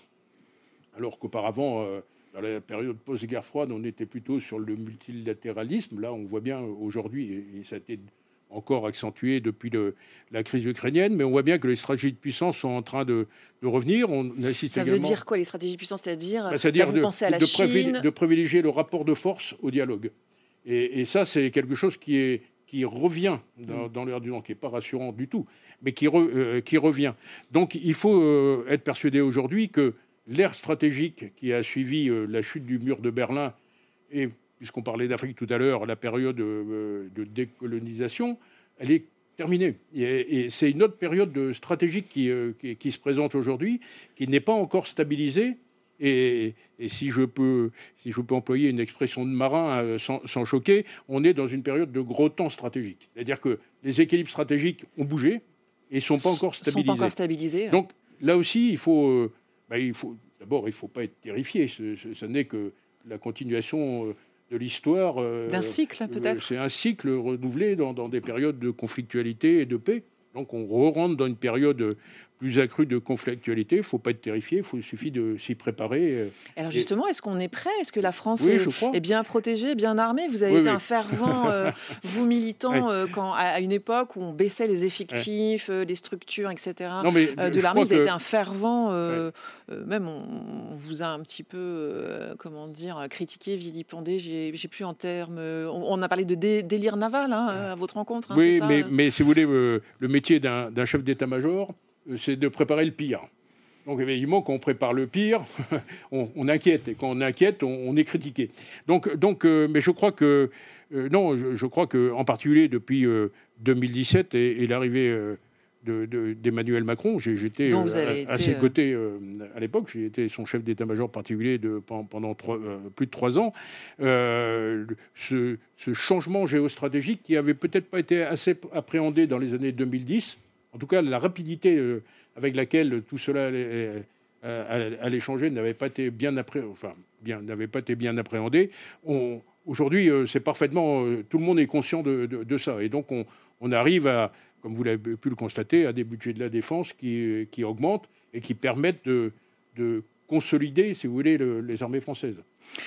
S6: alors qu'auparavant, euh, dans la période post-guerre froide, on était plutôt sur le multilatéralisme. Là, on voit bien aujourd'hui, et, et ça a été encore accentué depuis le, la crise ukrainienne, mais on voit bien que les stratégies de puissance sont en train de, de revenir. On assiste
S3: Ça
S6: également...
S3: veut dire quoi, les stratégies de puissance? C'est-à-dire,
S6: bah, c'est-à-dire
S3: là, vous
S6: de,
S3: pensez à la
S6: de,
S3: Chine
S6: privilégier, de privilégier le rapport de force au dialogue. Et, et ça, c'est quelque chose qui, est, qui revient dans, dans l'ère du temps, qui n'est pas rassurant du tout, mais qui, re, euh, qui revient. Donc il faut euh, être persuadé aujourd'hui que l'ère stratégique qui a suivi euh, la chute du mur de Berlin et puisqu'on parlait d'Afrique tout à l'heure, la période de décolonisation, elle est terminée. Et, et c'est une autre période de stratégique qui, qui, qui se présente aujourd'hui, qui n'est pas encore stabilisée. Et, et si, je peux, si je peux employer une expression de marin sans, sans choquer, on est dans une période de gros temps stratégique. C'est-à-dire que les équilibres stratégiques ont bougé et ne sont pas encore stabilisés.
S3: Sont pas encore stabilisés.
S6: Donc là aussi, il faut... Ben, il faut d'abord, il ne faut pas être terrifié. Ce, ce, ce n'est que la continuation de l'histoire. Euh,
S3: D'un cycle, peut-être.
S6: C'est un cycle renouvelé dans, dans des périodes de conflictualité et de paix. Donc on re-rentre dans une période plus accrue de conflictualité. Il ne faut pas être terrifié, il suffit de s'y préparer.
S3: Alors justement, est-ce qu'on est prêt? Est-ce que la France
S6: oui,
S3: est, est bien protégée, bien armée? Vous avez
S6: oui,
S3: été
S6: oui.
S3: un fervent, euh, vous militant, euh, quand, à une époque où on baissait les effectifs, euh, les structures, et cetera. Non, mais, euh, de l'armée. Vous avez que... été un fervent, euh, ouais. euh, même on, on vous a un petit peu, euh, comment dire, critiqué, vilipendé. J'ai, j'ai plus en termes... Euh, on, on a parlé de dé, délire naval hein, à votre rencontre. Hein,
S6: oui,
S3: c'est ça,
S6: mais,
S3: euh...
S6: mais si vous voulez, euh, le métier d'un, d'un chef d'état-major, c'est de préparer le pire. Donc évidemment, quand on prépare le pire, on, on inquiète. Et quand on inquiète, on, on est critiqué. Donc, donc euh, mais je crois que... Euh, non, je, je crois qu'en particulier depuis euh, deux mille dix-sept et, et l'arrivée euh, de, de, d'Emmanuel Macron, j'ai, j'étais euh, à, à été, ses euh... côtés euh, à l'époque. J'ai été son chef d'état-major particulier de, pendant, pendant trois, euh, plus de trois ans. Euh, ce, ce changement géostratégique qui avait peut-être pas été assez appréhendé dans les années deux mille dix, en tout cas, la rapidité euh, avec laquelle tout cela allait, euh, allait changer n'avait pas été bien, appré... enfin, bien, n'avait pas été bien appréhendé. On... Aujourd'hui, euh, c'est parfaitement... Euh, tout le monde est conscient de, de, de ça. Et donc, on, on arrive à, comme vous l'avez pu le constater, à des budgets de la défense qui, qui augmentent et qui permettent de, de consolider, si vous voulez, le, les armées françaises.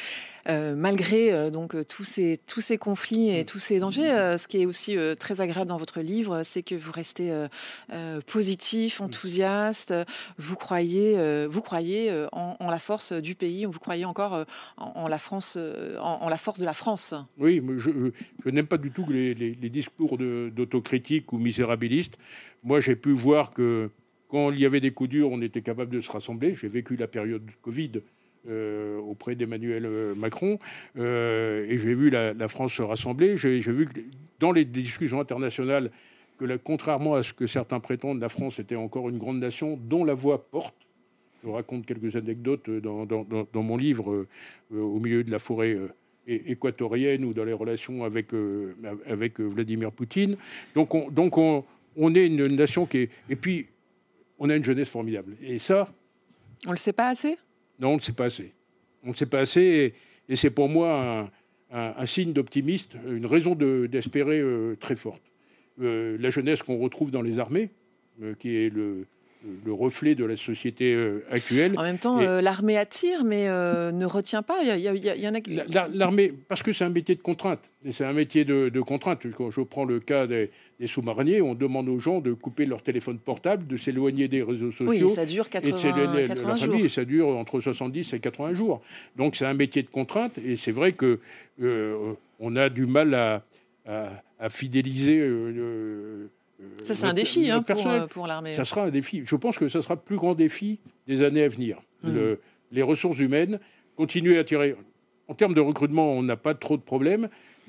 S3: Euh, malgré euh, donc tous ces tous ces conflits et tous ces dangers, euh, ce qui est aussi euh, très agréable dans votre livre, c'est que vous restez euh, euh, positif, enthousiaste. Vous croyez euh, vous croyez euh, en, en la force du pays. Vous croyez encore euh, en, en la France, euh, en, en la force de la France.
S6: Oui, mais je, je n'aime pas du tout les, les, les discours de, d'autocritique ou misérabilistes. Moi, j'ai pu voir que quand il y avait des coups durs, on était capable de se rassembler. J'ai vécu la période Covid. Euh, auprès d'Emmanuel Macron, euh, et j'ai vu la, la France se rassembler. J'ai, j'ai vu que dans les discussions internationales, que la, contrairement à ce que certains prétendent, la France était encore une grande nation dont la voix porte. Je raconte quelques anecdotes dans, dans, dans, dans mon livre, euh, au milieu de la forêt euh, équatorienne ou dans les relations avec, euh, avec Vladimir Poutine. Donc, on, donc on, on est une nation qui est... Et puis, on a une jeunesse formidable. Et ça...
S3: On ne le sait pas assez ?
S6: Non, on ne sait pas assez. On ne sait pas assez, et, et c'est pour moi un, un, un signe d'optimiste, une raison de, d'espérer euh, très forte. Euh, la jeunesse qu'on retrouve dans les armées, euh, qui est le, le reflet de la société euh, actuelle.
S3: En même temps, et, euh, l'armée attire, mais euh, ne retient pas. Il y, y, y, y en a qui...
S6: La, l'armée, parce que c'est un métier de contrainte. Et c'est un métier de, de contrainte. Quand je prends le cas des, des sous-mariniers, on demande aux gens de couper leur téléphone portable, de s'éloigner des réseaux sociaux.
S3: Oui, ça dure quatre-vingts,
S6: et
S3: quatre-vingts
S6: la
S3: jours.
S6: famille, et ça dure entre soixante-dix et quatre-vingts jours. Donc c'est un métier de contrainte. Et c'est vrai qu'on euh, a du mal à, à, à fidéliser... Euh,
S3: Ça, c'est un défi hein, pour, pour l'armée.
S6: Ça sera un défi. Je pense que ça sera le plus grand défi des années à venir. Mmh. Le, les ressources humaines, continuer à tirer... En termes de recrutement, on n'a pas trop de problèmes,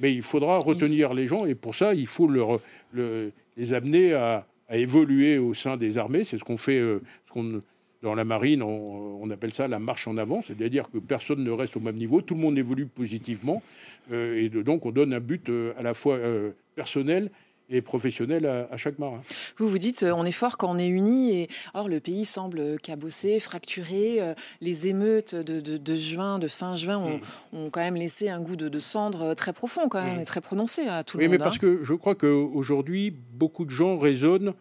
S6: Mais il faudra retenir les gens, et pour ça, il faut leur, le, les amener à, à évoluer au sein des armées. C'est ce qu'on fait euh, ce qu'on, dans la marine, on, on appelle ça la marche en avant, c'est-à-dire que personne ne reste au même niveau, tout le monde évolue positivement, euh, et de, donc on donne un but euh, à la fois euh, personnel et professionnel à, à chaque marin.
S3: Vous vous dites, euh, on est fort quand on est unis, et or le pays semble cabossé, fracturé. Euh, les émeutes de, de, de juin, de fin juin, ont, mmh. ont quand même laissé un goût de, de cendre très profond, quand même, mmh. et très prononcé à tout
S6: oui,
S3: le monde.
S6: Oui, mais parce
S3: hein.
S6: que je crois qu'aujourd'hui, beaucoup de gens raisonnent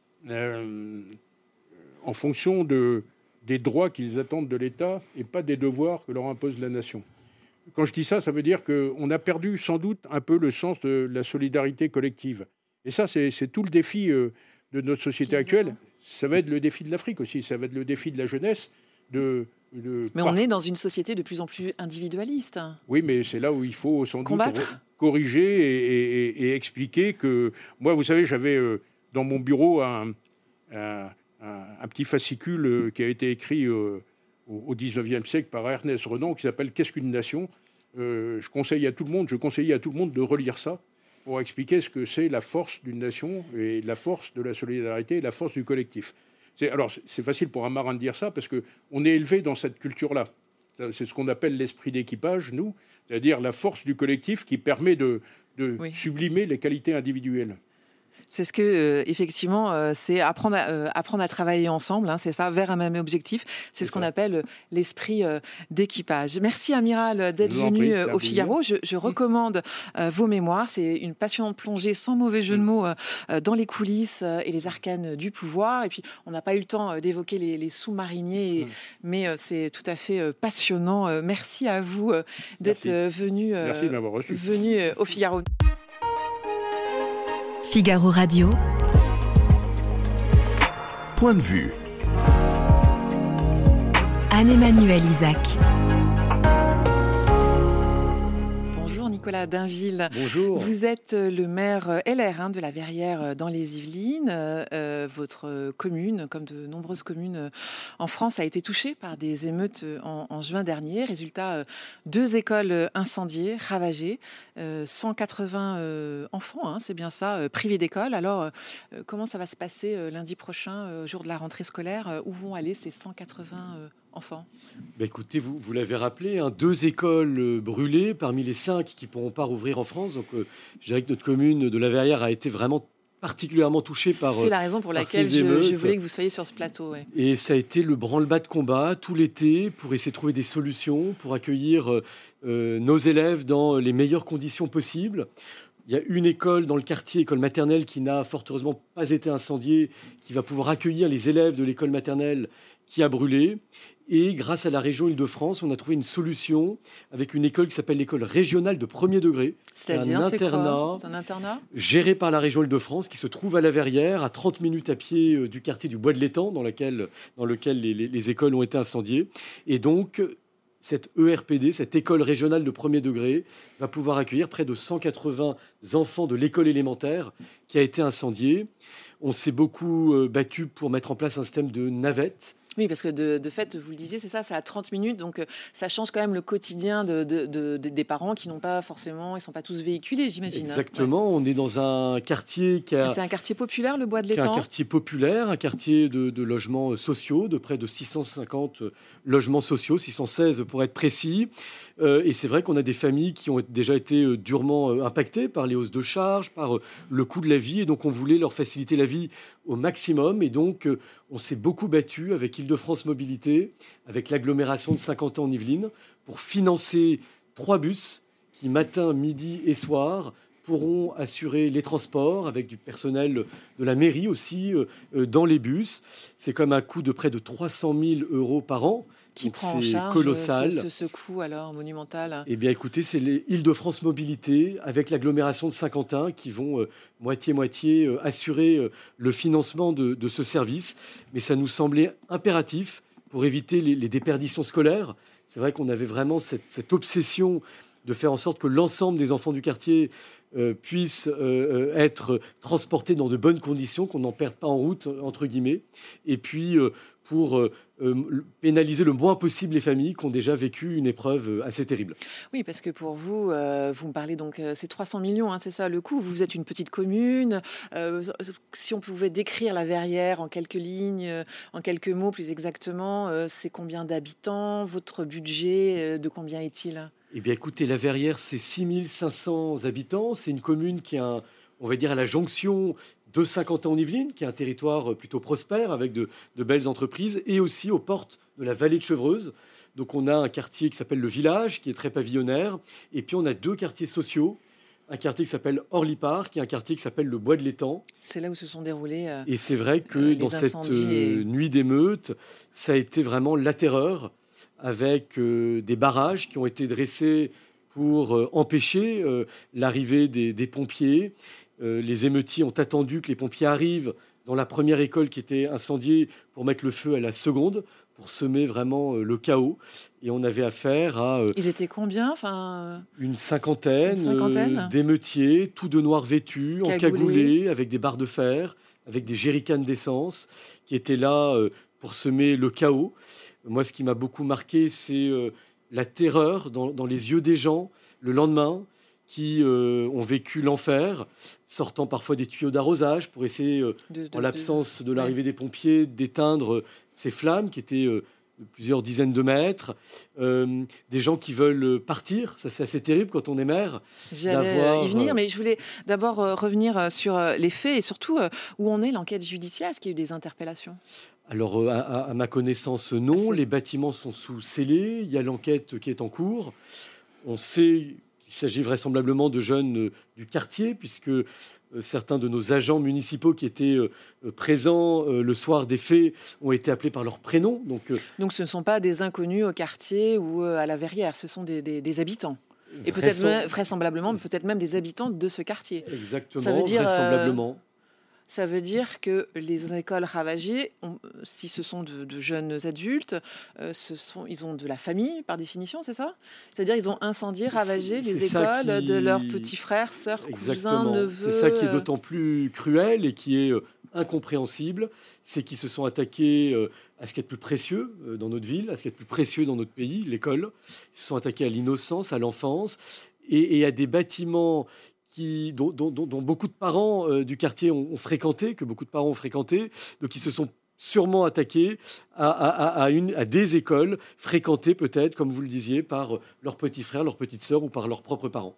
S6: euh, en fonction de, des droits qu'ils attendent de l'État et pas des devoirs que leur impose la nation. Quand je dis ça, ça veut dire qu'on a perdu sans doute un peu le sens de la solidarité collective. Et ça, c'est, c'est tout le défi euh, de notre société actuelle. Ça va être le défi de l'Afrique aussi, ça va être le défi de la jeunesse. De, de
S3: mais
S6: par...
S3: on est dans une société de plus en plus individualiste.
S6: Oui, mais c'est là où il faut sans
S3: combattre.
S6: doute corriger et, et, et expliquer que... Moi, vous savez, j'avais euh, dans mon bureau un, un, un, un petit fascicule euh, qui a été écrit euh, au dix-neuvième siècle par Ernest Renan, qui s'appelle « Qu'est-ce qu'une nation ?» euh, Je conseille à tout le monde, je conseille à tout le monde de relire ça pour expliquer ce que c'est la force d'une nation et la force de la solidarité et la force du collectif. C'est, alors, c'est facile pour un marin de dire ça parce qu'on est élevé dans cette culture-là. C'est ce qu'on appelle l'esprit d'équipage, nous, c'est-à-dire la force du collectif qui permet de, de oui. sublimer les qualités individuelles.
S3: C'est ce que, euh, effectivement, euh, c'est apprendre à, euh, apprendre à travailler ensemble, hein, c'est ça, vers un même objectif. C'est, c'est ce qu'on ça. appelle euh, l'esprit euh, d'équipage. Merci, Amiral, d'être venu euh, au Figaro. Je, je recommande euh, vos mémoires. C'est une passionnante plongée, sans mauvais jeu de mots, euh, dans les coulisses euh, et les arcanes du pouvoir. Et puis, on n'a pas eu le temps euh, d'évoquer les, les sous-mariniers, et, mmh. mais euh, c'est tout à fait euh, passionnant. Euh, merci à vous euh, d'être euh, venu, euh,
S6: merci de m'avoir reçu.
S3: venu euh, au Figaro.
S1: Figaro Radio.
S2: Point de vue.
S1: Anne-Emmanuel Isaac.
S3: Bonjour Nicolas Dainville.
S7: Bonjour.
S3: Vous êtes le maire L R hein, de la Verrière dans les Yvelines. Euh, votre commune, comme de nombreuses communes en France, a été touchée par des émeutes en, en juin dernier. Résultat, deux écoles incendiées, ravagées, euh, cent quatre-vingts euh, enfants, hein, c'est bien ça, euh, privés d'école. Alors, euh, comment ça va se passer euh, lundi prochain, euh, jour de la rentrée scolaire euh, Où vont aller ces cent quatre-vingts euh, enfants?
S7: Bah écoutez, vous, vous l'avez rappelé, hein, deux écoles euh, brûlées parmi les cinq qui ne pourront pas rouvrir en France. Donc, euh, je dirais que notre commune de la Verrière a été vraiment particulièrement touchée par
S3: C'est la raison pour laquelle je, je voulais que vous soyez sur ce plateau. Ouais.
S7: Et ça a été le branle-bas de combat tout l'été pour essayer de trouver des solutions, pour accueillir euh, euh, nos élèves dans les meilleures conditions possibles. Il y a une école dans le quartier, école maternelle, qui n'a fort heureusement pas été incendiée, qui va pouvoir accueillir les élèves de l'école maternelle qui a brûlé. Et grâce à la région Île-de-France, on a trouvé une solution avec une école qui s'appelle l'école régionale de premier degré.
S3: C'est-à-dire,
S7: un
S3: c'est
S7: internat,
S3: quoi ? C'est un internat
S7: géré par la région Île-de-France qui se trouve à la Verrière, à trente minutes à pied du quartier du Bois de l'Étang, dans, laquelle, dans lequel les, les, les écoles ont été incendiées. Et donc, cette E R P D, cette école régionale de premier degré, va pouvoir accueillir près de cent quatre-vingts enfants de l'école élémentaire qui a été incendiée. On s'est beaucoup battu pour mettre en place un système de navettes.
S3: Oui, parce que de, de fait, vous le disiez, c'est ça, c'est à trente minutes, donc ça change quand même le quotidien de, de, de, de, des parents qui n'ont pas forcément, ils ne sont pas tous véhiculés, j'imagine.
S7: Exactement, hein. Ouais. On est dans un quartier qui a...
S3: C'est un quartier populaire, le Bois de l'Étang ?
S7: Un quartier populaire, un quartier de, de logements sociaux, de près de six cent cinquante logements sociaux, six cent seize pour être précis. Euh, et c'est vrai qu'on a des familles qui ont déjà été durement impactées par les hausses de charges, par le coût de la vie, et donc on voulait leur faciliter la vie au maximum. Et donc, on s'est beaucoup battu avec Île-de-France Mobilité, avec l'agglomération de Saint-Quentin en Yvelines, pour financer trois bus qui, matin, midi et soir, pourront assurer les transports avec du personnel de la mairie aussi euh, dans les bus. C'est comme un coût de près de trois cent mille euros par an.
S3: Qui
S7: donc
S3: prend en charge
S7: colossal.
S3: Ce, ce, ce coût alors monumental?
S7: Eh bien écoutez, c'est les Île-de-France Mobilité avec l'agglomération de Saint-Quentin qui vont euh, moitié-moitié euh, assurer euh, le financement de, de ce service. Mais ça nous semblait impératif pour éviter les, les déperditions scolaires. C'est vrai qu'on avait vraiment cette, cette obsession de faire en sorte que l'ensemble des enfants du quartier euh, puissent euh, être transportés dans de bonnes conditions, qu'on n'en perde pas en route, entre guillemets, et puis euh, pour euh, euh, pénaliser le moins possible les familles qui ont déjà vécu une épreuve assez terrible.
S3: Oui, parce que pour vous, euh, vous me parlez donc, euh, c'est trois cents millions, hein, c'est ça le coût. Vous êtes une petite commune. Euh, si on pouvait décrire la Verrière en quelques lignes, euh, en quelques mots plus exactement, euh, c'est combien d'habitants? Votre budget, euh, de combien est-il?
S7: Eh bien, écoutez, la Verrière, c'est six mille cinq cents habitants. C'est une commune qui a, un, on va dire, à la jonction de Saint-Quentin-en-Yvelines, qui est un territoire plutôt prospère avec de, de belles entreprises, et aussi aux portes de la vallée de Chevreuse. Donc, on a un quartier qui s'appelle le Village, qui est très pavillonnaire, et puis on a deux quartiers sociaux. Un quartier qui s'appelle Orly-Park et un quartier qui s'appelle le Bois de l'Étang. C'est
S3: là où se sont déroulés euh,
S7: Et c'est vrai que euh, dans cette euh,
S3: et...
S7: nuit d'émeute, ça a été vraiment la terreur, avec euh, des barrages qui ont été dressés pour euh, empêcher euh, l'arrivée des, des pompiers. Euh, les émeutiers ont attendu que les pompiers arrivent dans la première école qui était incendiée pour mettre le feu à la seconde, pour semer vraiment euh, le chaos. Et on avait affaire à... Euh,
S3: Ils étaient combien enfin,
S7: Une cinquantaine,
S3: une cinquantaine
S7: euh, d'émeutiers, tout de noir vêtus,
S3: cagoulés.
S7: encagoulés, avec des barres de fer, avec des jerrycans d'essence, qui étaient là euh, pour semer le chaos. Moi, ce qui m'a beaucoup marqué, c'est euh, la terreur dans, dans les yeux des gens le lendemain, qui euh, ont vécu l'enfer, sortant parfois des tuyaux d'arrosage pour essayer, euh, de, de, en l'absence de, de l'arrivée ouais. des pompiers, d'éteindre ces flammes qui étaient euh, de plusieurs dizaines de mètres. Euh, des gens qui veulent partir, ça c'est assez terrible quand on est maire.
S3: J'allais y venir, mais je voulais d'abord euh, revenir sur euh, les faits et surtout euh, où en est l'enquête judiciaire. Est-ce qu'il y a eu des interpellations ?
S7: Alors, à, à ma connaissance, non. Ah, les bâtiments sont sous scellés. Il y a l'enquête qui est en cours. On sait qu'il s'agit vraisemblablement de jeunes euh, du quartier, puisque euh, certains de nos agents municipaux qui étaient euh, présents euh, le soir des faits ont été appelés par leur prénom. Donc, euh,
S3: donc ce ne sont pas des inconnus au quartier ou euh, à la Verrière, ce sont des, des, des habitants. Et peut-être même, vraisemblablement, peut-être même des habitants de ce quartier.
S7: Exactement, ça veut dire, vraisemblablement.
S3: Euh, Ça veut dire que les écoles ravagées, on, si ce sont de, de jeunes adultes, euh, ce sont, ils ont de la famille par définition, c'est ça ? C'est-à-dire ils ont incendié, ravagé
S7: c'est,
S3: les
S7: c'est
S3: écoles
S7: qui...
S3: de leurs petits frères, sœurs,
S7: Exactement.
S3: cousins, neveux.
S7: C'est ça qui est d'autant plus cruel et qui est euh, incompréhensible, c'est qu'ils se sont attaqués euh, à ce qui est le plus précieux euh, dans notre ville, à ce qui est le plus précieux dans notre pays, l'école. Ils se sont attaqués à l'innocence, à l'enfance et, et à des bâtiments Qui, dont, dont, dont beaucoup de parents euh, du quartier ont, ont fréquenté, que beaucoup de parents ont fréquenté, donc ils se sont sûrement attaqués à, à, à, une, à des écoles fréquentées peut-être, comme vous le disiez, par leurs petits frères, leurs petites sœurs ou par leurs propres parents.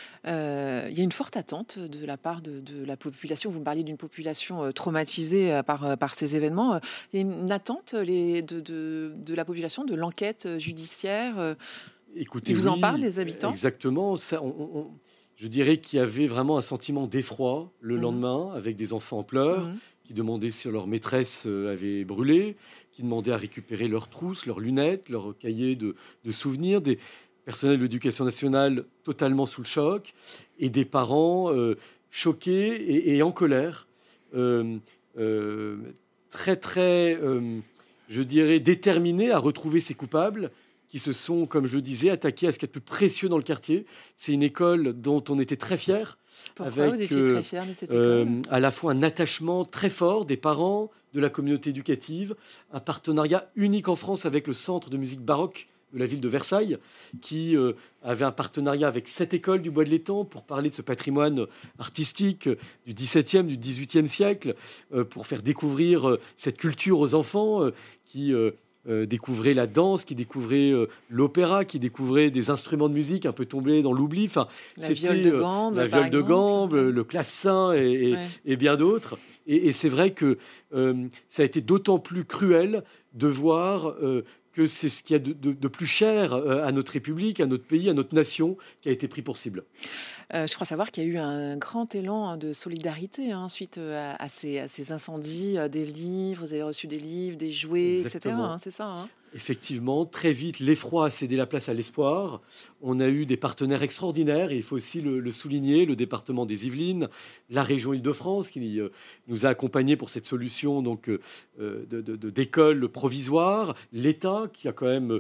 S3: Euh, il y a une forte attente de la part de, de la population. Vous me parliez d'une population euh, traumatisée euh, par, euh, par ces événements. Euh, il y a une attente les, de, de, de la population, de l'enquête judiciaire. Euh,
S7: Écoutez,
S3: ils vous
S7: oui,
S3: en parlent, les habitants ?
S7: Exactement. Ça, on, on, je dirais qu'il y avait vraiment un sentiment d'effroi le mmh. lendemain, avec des enfants en pleurs, mmh. qui demandaient si leur maîtresse avait brûlé, qui demandaient à récupérer leurs trousses, leurs lunettes, leurs cahiers de, de souvenirs, des personnels de l'éducation nationale totalement sous le choc, et des parents euh, choqués et, et en colère, euh, euh, très, très, euh, je dirais, déterminés à retrouver ces coupables, qui se sont, comme je le disais, attaqués à ce qui est le plus précieux dans le quartier. C'est une école dont on était très fiers.
S3: Pourquoi avec, vous étiez euh, très fiers de cette école
S7: euh, À la fois un attachement très fort des parents, de la communauté éducative, un partenariat unique en France avec le Centre de musique baroque de la ville de Versailles, qui euh, avait un partenariat avec cette école du Bois de l'Étang pour parler de ce patrimoine artistique du dix-septième, du dix-huitième siècle, euh, pour faire découvrir euh, cette culture aux enfants euh, qui... Euh, Euh, découvraient la danse, qui découvraient euh, l'opéra, qui découvraient des instruments de musique un peu tombés dans l'oubli. Enfin,
S3: la
S7: c'était
S3: viole de gambe,
S7: euh, la viole de gambe, le clavecin et, et, ouais. et bien d'autres. Et, et c'est vrai que euh, ça a été d'autant plus cruel de voir euh, que c'est ce qu'il y a de, de, de plus cher euh, à notre République, à notre pays, à notre nation, qui a été pris pour cible.
S3: Euh, je crois savoir qu'il y a eu un grand élan de solidarité hein, suite à, à, ces, à ces incendies, des livres, vous avez reçu des livres, des jouets, Exactement. et cetera. Hein, c'est ça hein.
S7: Effectivement, très vite, l'effroi a cédé la place à l'espoir. On a eu des partenaires extraordinaires, et il faut aussi le, le souligner, le département des Yvelines, la région Île-de-France, qui euh, nous a accompagnés pour cette solution donc, euh, de, de, de, d'école provisoire, l'État, qui a quand même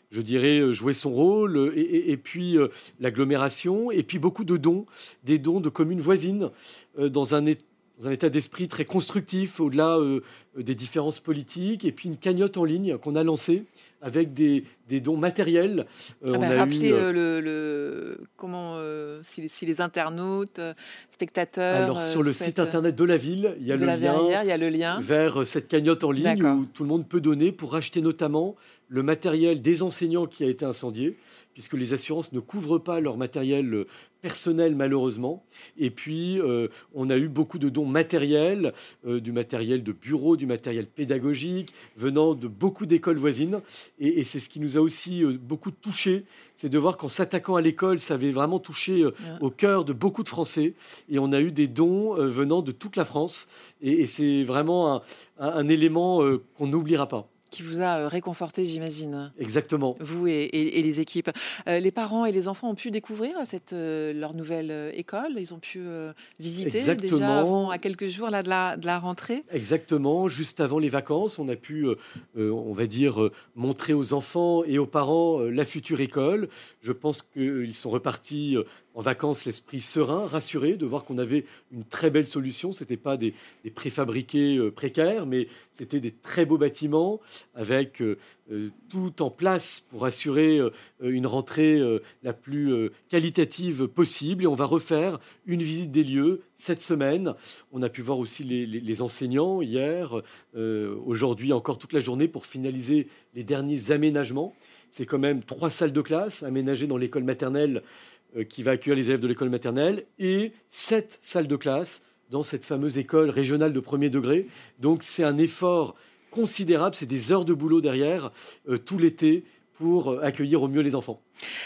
S7: je dirais, jouer son rôle, et, et, et puis euh, l'agglomération, et puis beaucoup de dons, des dons de communes voisines, euh, dans un état dans un état d'esprit très constructif, au-delà euh, des différences politiques, et puis une cagnotte en ligne qu'on a lancée avec des, des dons matériels.
S3: Euh, ah ben, rappelez eu, euh, le, le, comment, euh, si, les, si les internautes, euh, spectateurs...
S7: Alors, sur le site internet de la ville, il y a, le,
S3: la
S7: lien
S3: verrière, il y a le lien
S7: vers cette cagnotte en ligne. D'accord. Où tout le monde peut donner pour acheter notamment le matériel des enseignants qui a été incendié, puisque les assurances ne couvrent pas leur matériel personnel, malheureusement. Et puis, euh, on a eu beaucoup de dons matériels, euh, du matériel de bureau, du matériel pédagogique, venant de beaucoup d'écoles voisines. Et, et c'est ce qui nous a aussi euh, beaucoup touchés, c'est de voir qu'en s'attaquant à l'école, ça avait vraiment touché euh, ouais. au cœur de beaucoup de Français. Et on a eu des dons euh, venant de toute la France. Et, et c'est vraiment un, un, un élément euh, qu'on n'oubliera pas.
S3: Qui vous a réconforté, j'imagine.
S7: Exactement.
S3: Vous et, et, et les équipes. Euh, les parents et les enfants ont pu découvrir cette, euh, leur nouvelle euh, école. Ils ont pu euh, visiter Exactement. déjà avant, à quelques jours là, de, la, de la rentrée.
S7: Exactement. Juste avant les vacances, on a pu, euh, euh, on va dire, euh, montrer aux enfants et aux parents euh, la future école. Je pense qu'ils sont repartis euh, en vacances l'esprit serein, rassuré de voir qu'on avait une très belle solution. Ce n'était pas des, des préfabriqués euh, précaires, mais c'était des très beaux bâtiments avec euh, euh, tout en place pour assurer euh, une rentrée euh, la plus euh, qualitative possible. Et on va refaire une visite des lieux cette semaine. On a pu voir aussi les, les, les enseignants hier, euh, aujourd'hui encore toute la journée pour finaliser les derniers aménagements. C'est quand même trois salles de classe aménagées dans l'école maternelle euh, qui va accueillir les élèves de l'école maternelle et sept salles de classe dans cette fameuse école régionale de premier degré. Donc c'est un effort considérable, c'est des heures de boulot derrière euh, tout l'été pour euh, accueillir au mieux les enfants.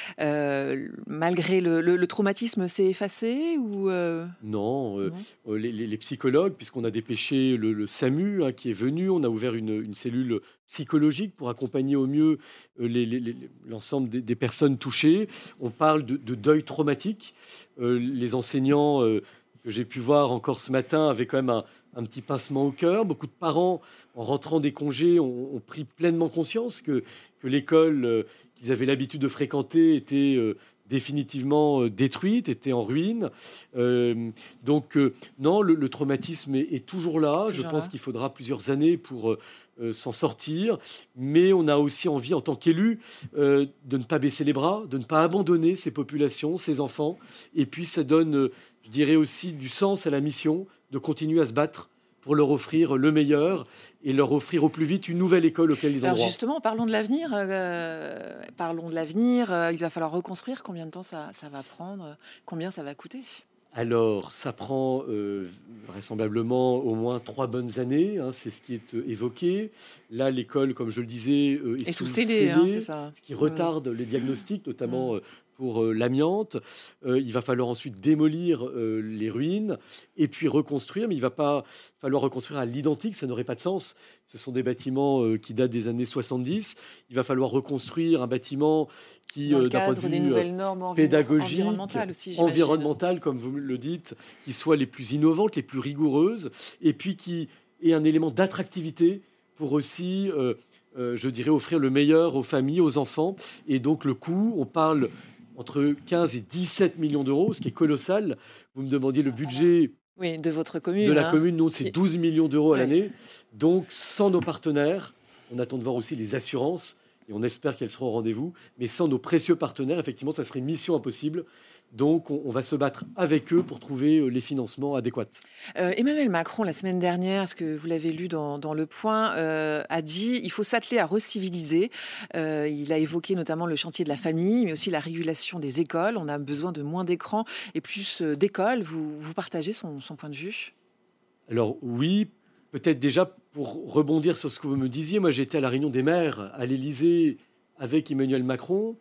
S3: Euh, malgré le, le, le traumatisme, s'est effacé ou euh...
S7: Non, euh, non. Les, les, les psychologues, puisqu'on a dépêché le, le SAMU hein, qui est venu, on a ouvert une, une cellule psychologique pour accompagner au mieux les, les, les, l'ensemble des, des personnes touchées. On parle de, de deuil traumatique. Euh, les enseignants euh, que j'ai pu voir encore ce matin avaient quand même un, un petit pincement au cœur. Beaucoup de parents, en rentrant des congés, ont, ont pris pleinement conscience que, que l'école euh, qu'ils avaient l'habitude de fréquenter était euh, définitivement euh, détruite, était en ruine. Euh, donc, euh, non, le, le traumatisme est, est toujours là. Toujours Je pense là. qu'il faudra plusieurs années pour euh, s'en sortir. Mais on a aussi envie, en tant qu'élu, euh, de ne pas baisser les bras, de ne pas abandonner ces populations, ces enfants. Et puis, ça donne, euh, je dirais aussi, du sens à la mission de continuer à se battre pour leur offrir le meilleur et leur offrir au plus vite une nouvelle école auquel ils ont
S3: Alors
S7: droit.
S3: Justement, parlons de l'avenir. Euh, parlons de l'avenir. Euh, il va falloir reconstruire. Combien de temps ça, ça va prendre ? Combien ça va coûter ?
S7: Alors, ça prend euh, vraisemblablement au moins trois bonnes années. Hein, c'est ce qui est euh, évoqué. Là, l'école, comme je le disais, euh, est, est sous scellé, scellé hein, c'est ça. Ce qui retarde mmh. les diagnostics, notamment... Mmh. Euh, pour euh, l'amiante. Euh, il va falloir ensuite démolir euh, les ruines et puis reconstruire, mais il ne va pas falloir reconstruire à l'identique, ça n'aurait pas de sens. Ce sont des bâtiments euh, qui datent des années soixante-dix. Il va falloir reconstruire un bâtiment qui,
S3: euh,
S7: d'un point de vue
S3: des nouvelles normes
S7: pédagogique,
S3: environnementales, aussi,
S7: environnementales, comme vous le dites, qui soient les plus innovantes, les plus rigoureuses, et puis qui aient un élément d'attractivité pour aussi... Euh, euh, je dirais, offrir le meilleur aux familles, aux enfants. Et donc, le coût, on parle entre quinze et dix-sept millions d'euros, ce qui est colossal. Vous me demandiez le budget
S3: oui, de votre commune.
S7: De la
S3: hein.
S7: commune, non, c'est douze millions d'euros à
S3: oui.
S7: l'année. Donc, sans nos partenaires, on attend de voir aussi les assurances, et on espère qu'elles seront au rendez-vous. Mais sans nos précieux partenaires, effectivement, ça serait mission impossible. Donc, on, on va se battre avec eux pour trouver les financements adéquats.
S3: Euh, Emmanuel Macron, la semaine dernière, ce que vous l'avez lu dans, dans Le Point, euh, a dit il faut s'atteler à reciviliser. Euh, il a évoqué notamment le chantier de la famille, mais aussi la régulation des écoles. On a besoin de moins d'écrans et plus d'écoles. Vous, vous partagez son, son point de vue ?
S7: Alors oui, peut-être déjà pour rebondir sur ce que vous me disiez, moi j'étais à la réunion des maires à l'Élysée avec Emmanuel Macron.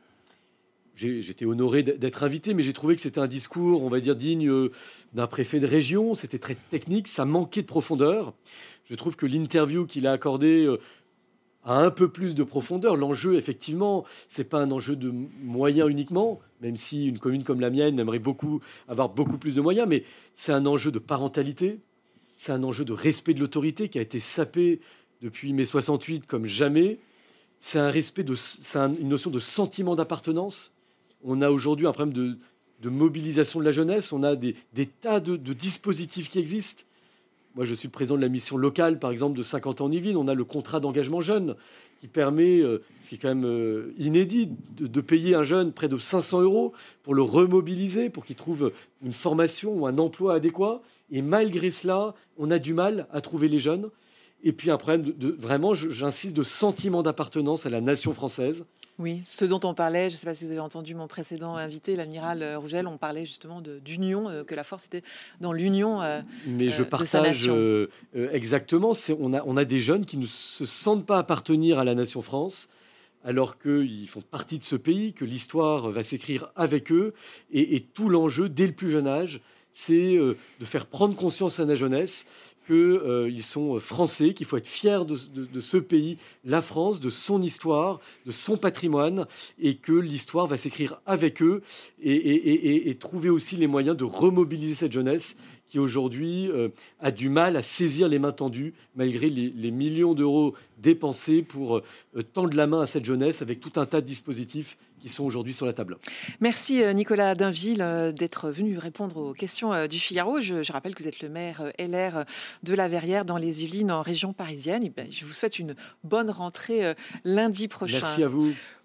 S7: J'ai, j'étais honoré d'être invité, mais j'ai trouvé que c'était un discours, on va dire, digne d'un préfet de région. C'était très technique, ça manquait de profondeur. Je trouve que l'interview qu'il a accordée a un peu plus de profondeur. L'enjeu, effectivement, c'est pas un enjeu de moyens uniquement, même si une commune comme la mienne aimerait beaucoup avoir beaucoup plus de moyens, mais c'est un enjeu de parentalité, c'est un enjeu de respect de l'autorité qui a été sapé depuis mai soixante-huit comme jamais. c'est un respect, de, c'est un, une notion de sentiment d'appartenance. On a aujourd'hui un problème de, de mobilisation de la jeunesse. On a des, des tas de, de dispositifs qui existent. Moi, je suis le président de la mission locale, par exemple, de cinquante ans en Yvelines. On a le contrat d'engagement jeune qui permet, euh, ce qui est quand même euh, inédit, de, de payer un jeune près de cinq cents euros pour le remobiliser, pour qu'il trouve une formation ou un emploi adéquat. Et malgré cela, on a du mal à trouver les jeunes. Et puis un problème de, de vraiment, j'insiste, de sentiment d'appartenance à la nation française.
S3: Oui, ce dont on parlait, je ne sais pas si vous avez entendu mon précédent invité, l'amiral Rougel, on parlait justement de, d'union, euh, que la force était dans l'union euh,
S7: Mais je
S3: euh,
S7: partage
S3: de sa nation.
S7: Euh, euh, exactement. C'est, on, a, on a des jeunes qui ne se sentent pas appartenir à la nation France, alors qu'ils font partie de ce pays, que l'histoire va s'écrire avec eux. Et, et tout l'enjeu, dès le plus jeune âge, c'est euh, de faire prendre conscience à la jeunesse qu'ils euh, sont français, qu'il faut être fier de, de, de ce pays, la France, de son histoire, de son patrimoine, et que l'histoire va s'écrire avec eux, et, et, et, et trouver aussi les moyens de remobiliser cette jeunesse qui aujourd'hui euh, a du mal à saisir les mains tendues, malgré les, les millions d'euros dépensés pour euh, tendre la main à cette jeunesse, avec tout un tas de dispositifs qui sont aujourd'hui sur la table.
S3: Merci Nicolas Dainville d'être venu répondre aux questions du Figaro. Je, je rappelle que vous êtes le maire L R de la Verrière dans les Yvelines en région parisienne. Et ben, je vous souhaite une bonne rentrée lundi prochain.
S7: Merci à vous.